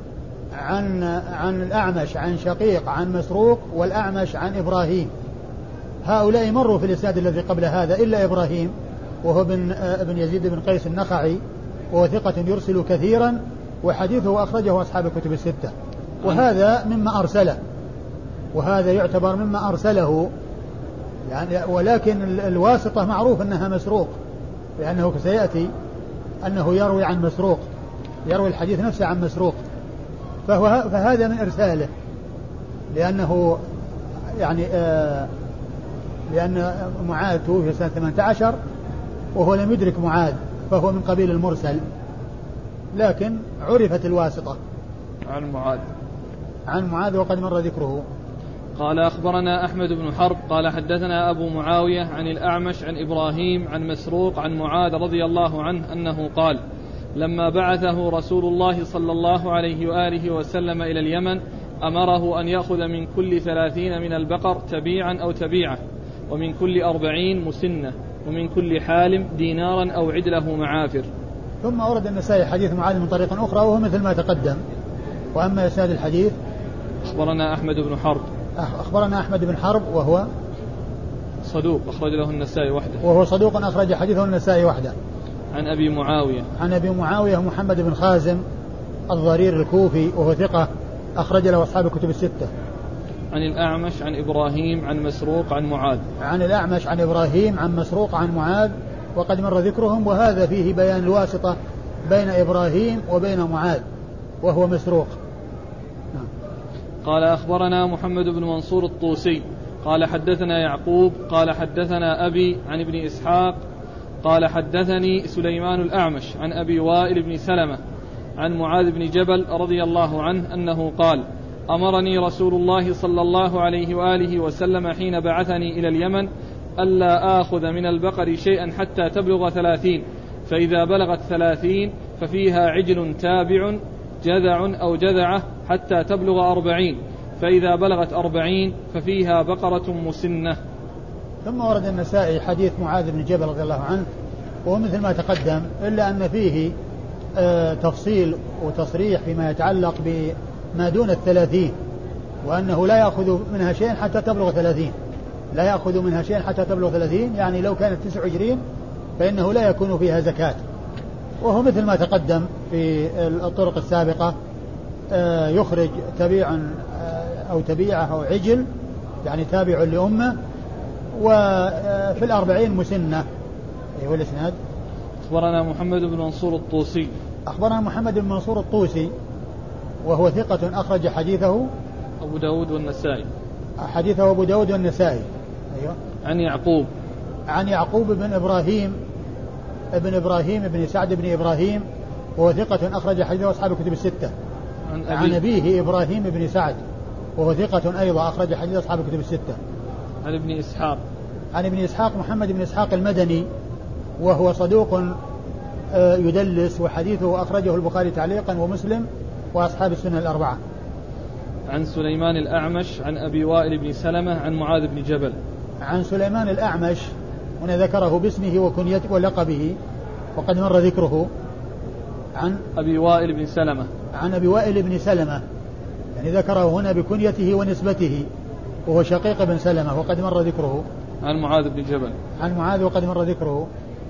عن الأعمش عن شقيق عن مسروق، والأعمش عن إبراهيم. هؤلاء مروا في الإسناد الذي قبل هذا إلا إبراهيم وهو ابن يزيد بن قيس النخعي وهو ثقة يرسل كثيرا وحديثه أخرجه أصحاب الكتب الستة. وهذا مما أرسله، وهذا يعتبر مما أرسله يعني. ولكن الواسطة معروف أنها مسروق، لأنه سيأتي أنه يروي عن مسروق، يروي الحديث نفسه عن مسروق، فهذا من إرساله، لأنه يعني لأن معاذ توفي سنة 18 وهو لم يدرك معاذ، فهو من قبيل المرسل، لكن عرفت الواسطة. عن معاذ وقد مر ذكره. قال أخبرنا أحمد بن حرب قال حدثنا أبو معاوية عن الأعمش عن إبراهيم عن مسروق عن معاذ رضي الله عنه أنه قال: لما بعثه رسول الله صلى الله عليه وآله وسلم إلى اليمن أمره أن يأخذ من كل 30 من البقر تبيعا أو تبيعة، ومن كل 40 مسنة، ومن كل حالم دينارا أو عدله معافر. ثم أورد النسائي حديث معاذ من طريق أخرى وهو مثل ما تقدم. وأما إسناد الحديث أخبرنا أحمد بن حرب. أخبرنا أحمد بن حرب وهو صدوق أخرج له النسائي وحده. وهو صدوق أخرج حديثه النسائي وحده. عن أبي معاوية. عن أبي معاوية محمد بن خازم الضرير الكوفي وهو ثقة أخرج له أصحاب الكتب الستة. عن الأعمش عن إبراهيم عن مسروق عن معاذ. عن الأعمش عن إبراهيم عن مسروق عن معاذ وقد مر ذكرهم. وهذا فيه بيان الواسطة بين إبراهيم وبين معاذ وهو مسروق. قال أخبرنا محمد بن منصور الطوسي قال حدثنا يعقوب قال حدثنا أبي عن ابن إسحاق قال حدثني سليمان الأعمش عن أبي وائل بن سلمة عن معاذ بن جبل رضي الله عنه أنه قال: أمرني رسول الله صلى الله عليه وآله وسلم حين بعثني إلى اليمن ألا آخذ من البقر شيئا حتى تبلغ 30، فإذا بلغت 30 ففيها عجل تابع جذع أو جذعة حتى تبلغ 40، فإذا بلغت 40 ففيها بقرة مسنة. ثم ورد النسائي حديث معاذ بن جبل رضي الله عنه وهو مثل ما تقدم، إلا أن فيه تفصيل وتصريح فيما يتعلق بما دون 30، وأنه لا يأخذ منها شيء حتى تبلغ 30، لا يأخذ منها شيء حتى تبلغ 30، يعني لو كانت 29 فإنه لا يكون فيها زكاة. وهو مثل ما تقدم في الطرق السابقة، يخرج تبيعا أو تبيعة أو عجل يعني تابع لأمه، وفي 40 مسنة. أيوة الإسناد. أخبرنا محمد بن منصور الطوسي. أخبرنا محمد بن منصور الطوسي وهو ثقة أخرج حديثه أبو داود والنسائي. حديثه أبو داود والنسائي. أيوة. عن يعقوب. عن يعقوب بن إبراهيم بن سعد بن إبراهيم وهو ثقة أخرج حديثه أصحاب الكتب الستة. عن أبيه إبراهيم بن سعد وهو ثقة أيضا أخرج حديث أصحاب الكتب الستة. عن ابن إسحاق. عن ابن إسحاق محمد بن إسحاق المدني وهو صدوق يدلس، وحديثه أخرجه البخاري تعليقا ومسلم وأصحاب السنن الأربعة. عن سليمان الأعمش عن أبي وائل بن سلمة عن معاذ بن جبل. عن سليمان الأعمش هنا ذكره باسمه وكنيته ولقبه وقد مر ذكره. عن أبي وائل بن سلمة. عن أبي وائل بن سلمة يعني ذكره هنا بكنيته ونسبته، وهو شقيق بن سلمة وقد مر ذكره. عن معاذ بن جبل. عن معاذ وقد مر ذكره.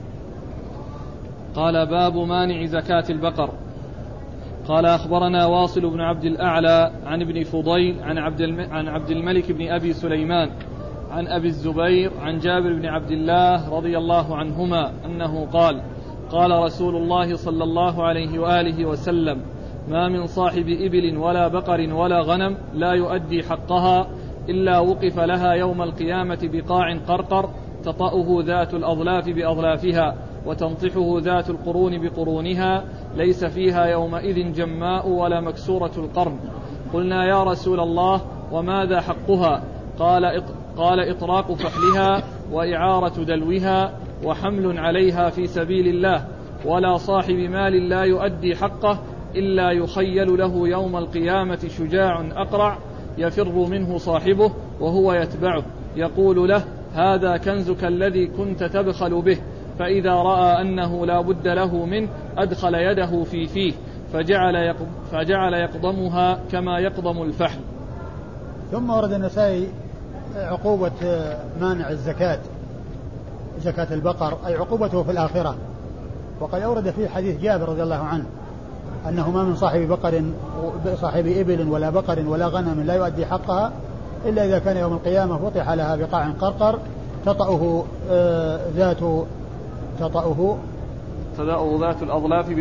قال باب مانع زكاة البقر. قال أخبرنا واصل بن عبد الأعلى عن ابن فضيل عن عبد الملك بن أبي سليمان عن أبي الزبير عن جابر بن عبد الله رضي الله عنهما أنه قال قال رسول الله صلى الله عليه وآله وسلم ما من صاحب إبل ولا بقر ولا غنم لا يؤدي حقها إلا وقف لها يوم القيامة بقاع قرقر تطأه ذات الأظلاف بأظلافها وتنطحه ذات القرون بقرونها ليس فيها يومئذ جماء ولا مكسورة القرن. قلنا يا رسول الله وماذا حقها؟ قال إطراق فحلها وإعارة دلوها وحمل عليها في سبيل الله ولا صاحب مال لا يؤدي حقه إلا يخيل له يوم القيامة شجاع أقرع يفر منه صاحبه وهو يتبعه يقول له هذا كنزك الذي كنت تبخل به فإذا رأى أنه لا بد له منه أدخل يده في فيه فجعل يقضمها كما يقضم الفحل. ثم ورد النسائي عقوبة مانع الزكاة زكاة البقر أي عقوبته في الآخرة. وقد أورد فيه حديث جابر رضي الله عنه أنه ما من صاحب إبل ولا بقر ولا غنم لا يؤدي حقها إلا إذا كان يوم القيامة فتح لها بقاع قرقر تطأه ذات الأظلاف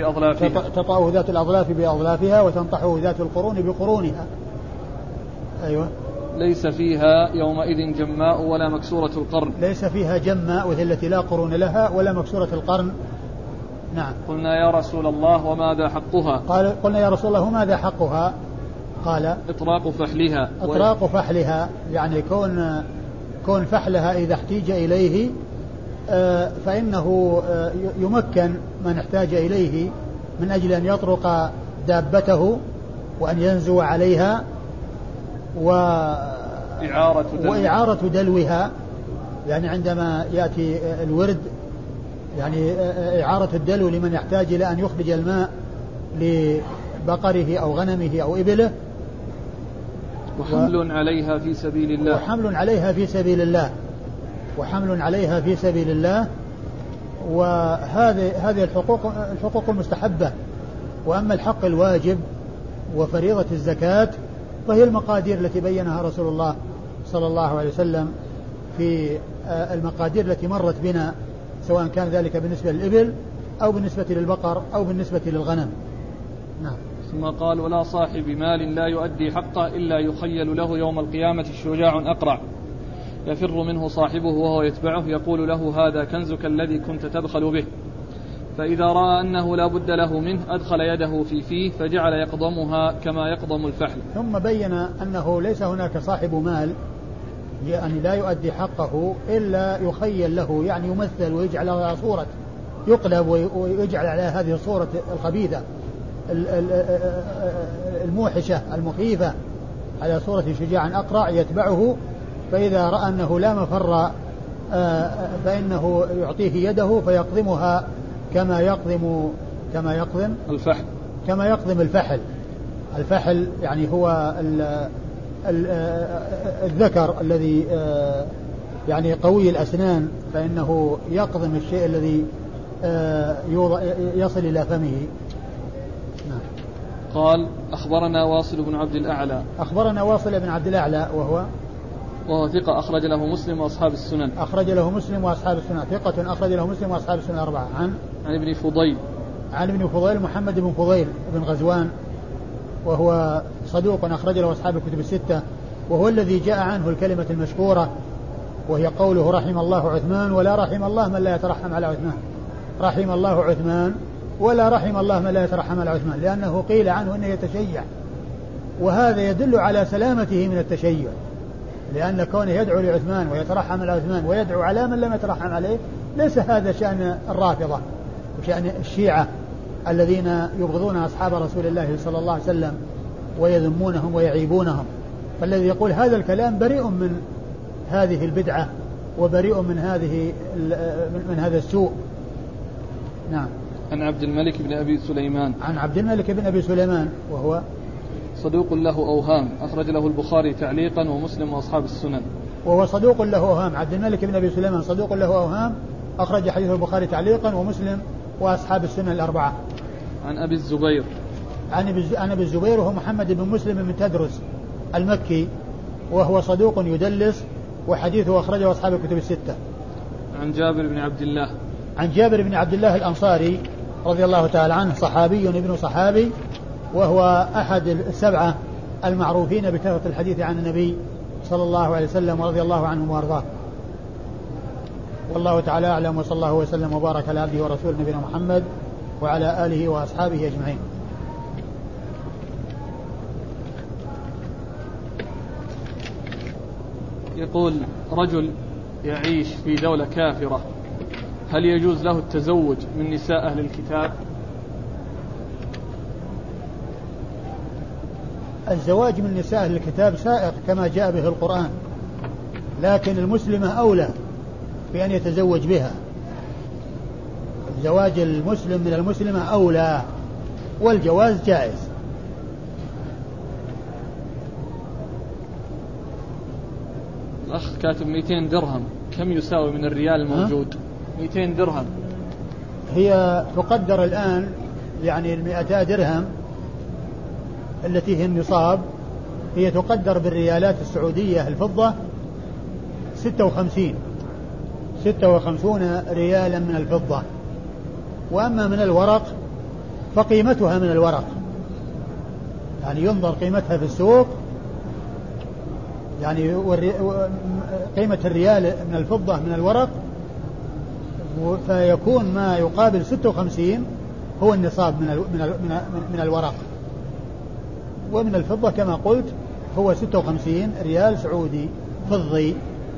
بأظلافها وتنطحه ذات القرون بقرونها. أيوة. ليس فيها يومئذ جماء ولا مكسورة القرن. ليس فيها جماء وهي التي لا قرون لها ولا مكسورة القرن. نعم. قلنا يا رسول الله وماذا حقها؟ قلنا يا رسول الله وماذا حقها؟ قال إطراق فحلها يعني كون فحلها إذا احتيج إليه فإنه يمكن من احتاج إليه من أجل أن يطرق دابته وأن ينزو عليها وإعارة دلوها يعني عندما يأتي الورد يعني إعارة الدلو لمن يحتاج إلى أن يخرج الماء لبقره أو غنمه أو إبله وحمل عليها في سبيل الله وهذه الحقوق المستحبة. وأما الحق الواجب وفريضة الزكاة فهي المقادير التي بينها رسول الله صلى الله عليه وسلم في المقادير التي مرت بنا سواء كان ذلك بالنسبة للإبل أو بالنسبة للبقر أو بالنسبة للغنم. نعم. ثم قال ولا صاحب مال لا يؤدي حقه إلا يخيل له يوم القيامة شجاع أقرع يفر منه صاحبه وهو يتبعه يقول له هذا كنزك الذي كنت تبخل به فإذا رأى أنه لا بد له منه أدخل يده في فيه فجعل يقضمها كما يقضم الفحل. ثم بين أنه ليس هناك صاحب مال يعني لا يؤدي حقه إلا يخيل له يعني يمثل ويجعل على صورة يقلب ويجعل على هذه الصورة الخبيثة الموحشة المخيفة على صورة شجاع أقرع يتبعه فإذا رأى أنه لا مفر فإنه يعطيه يده فيقضمها كما يقضم الفحل. الفحل يعني هو الذكر الذي يعني قوي الأسنان فإنه يقضم الشيء الذي يصل إلى فمه. نعم. قال أخبرنا واصل بن عبد الأعلى وهو ثقة أخرج له مسلم وأصحاب السنن. ثقة أخرج له مسلم وأصحاب السنن أربعة. عن ابن فضيل محمد بن فضيل بن غزوان وهو صدوق أخرج له أصحاب الكتب الستة وهو الذي جاء عنه الكلمة المشهورة وهي قوله رحم الله عثمان ولا رحم الله من لا يترحم على عثمان. رحم الله عثمان ولا رحم الله من لا يترحم على عثمان لأنه قيل عنه أنه يتشيع وهذا يدل على سلامته من التشيع لأن كونه يدعو لعثمان ويترحم على عثمان ويدعو على من لم يترحم عليه ليس هذا شأن الرافضة وشأن الشيعة الذين يبغضون أصحاب رسول الله صلى الله عليه وسلم ويذمونهم ويعيبونهم. فالذي يقول هذا الكلام بريء من هذه البدعة وبريء من هذا السوء. نعم. عن عبد الملك بن أبي سليمان وهو صدوق له أوهام أخرج له البخاري تعليقا ومسلم وأصحاب السنن. وهو صدوق له أوهام. عبد الملك بن أبي سليمان صدوق له أوهام، أخرج حديث البخاري تعليقا ومسلم وأصحاب السنن الأربعة. عن أبي الزبير عن أبي الزبير وهو محمد بن مسلم بن تدرس المكي، وهو صدوق يدلس، وحديثه أخرجه أصحاب الكتب الستة. عن جابر بن عبد الله عن جابر بن عبد الله الأنصاري رضي الله تعالى عنه، صحابي ابن صحابي، وهو أحد السبعة المعروفين بكثرة الحديث عن النبي صلى الله عليه وسلم ورضي الله عنهم وارضاه. والله تعالى أعلم، وصلى الله وسلم وبارك على عبده ورسوله نبينا محمد وعلى آله وأصحابه أجمعين. يقول: رجل يعيش في دولة كافرة، هل يجوز له التزوج من نساء أهل الكتاب؟ الزواج من نساء أهل الكتاب سائق كما جاء به القرآن، لكن المسلمة أولى بأن يتزوج بها. زواج المسلم من المسلمة أولى، والجواز جائز. الأخ كاتب 200 درهم، كم يساوي من الريال الموجود؟ 200 درهم هي تقدر الآن، يعني 200 درهم التي هي النصاب، هي تقدر بالريالات السعودية الفضة 56 ريالا من الفضة. وأما من الورق فقيمتها من الورق، يعني ينظر قيمتها في السوق، يعني قيمة الريال من الفضة من الورق، فيكون ما يقابل 56 هو النصاب من الورق. ومن الفضة كما قلت هو 56 ريال سعودي فضي.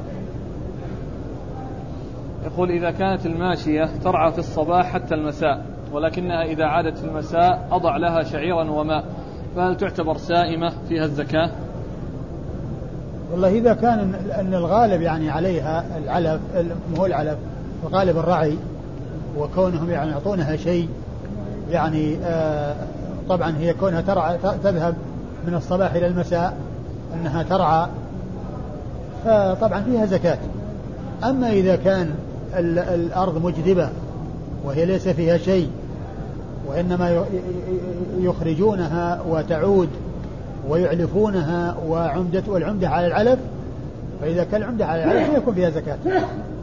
يقول: إذا كانت الماشية ترعى في الصباح حتى المساء، ولكنها إذا عادت في المساء أضع لها شعيرا وماء، فهل تعتبر سائمة فيها الزكاة؟ والله إذا كان أن الغالب يعني عليها العلف، هو العلف وغالب الرعي، وكونهم يعني يعطونها شيء، يعني طبعا هي كونها ترعى تذهب من الصباح إلى المساء أنها ترعى، فطبعا فيها زكاة. أما إذا كان الأرض مجدبة وهي ليس فيها شيء، وإنما يخرجونها وتعود ويعلفونها والعمدة على العلف، فإذا كان العمدة على العلف يكون فيها زكاة.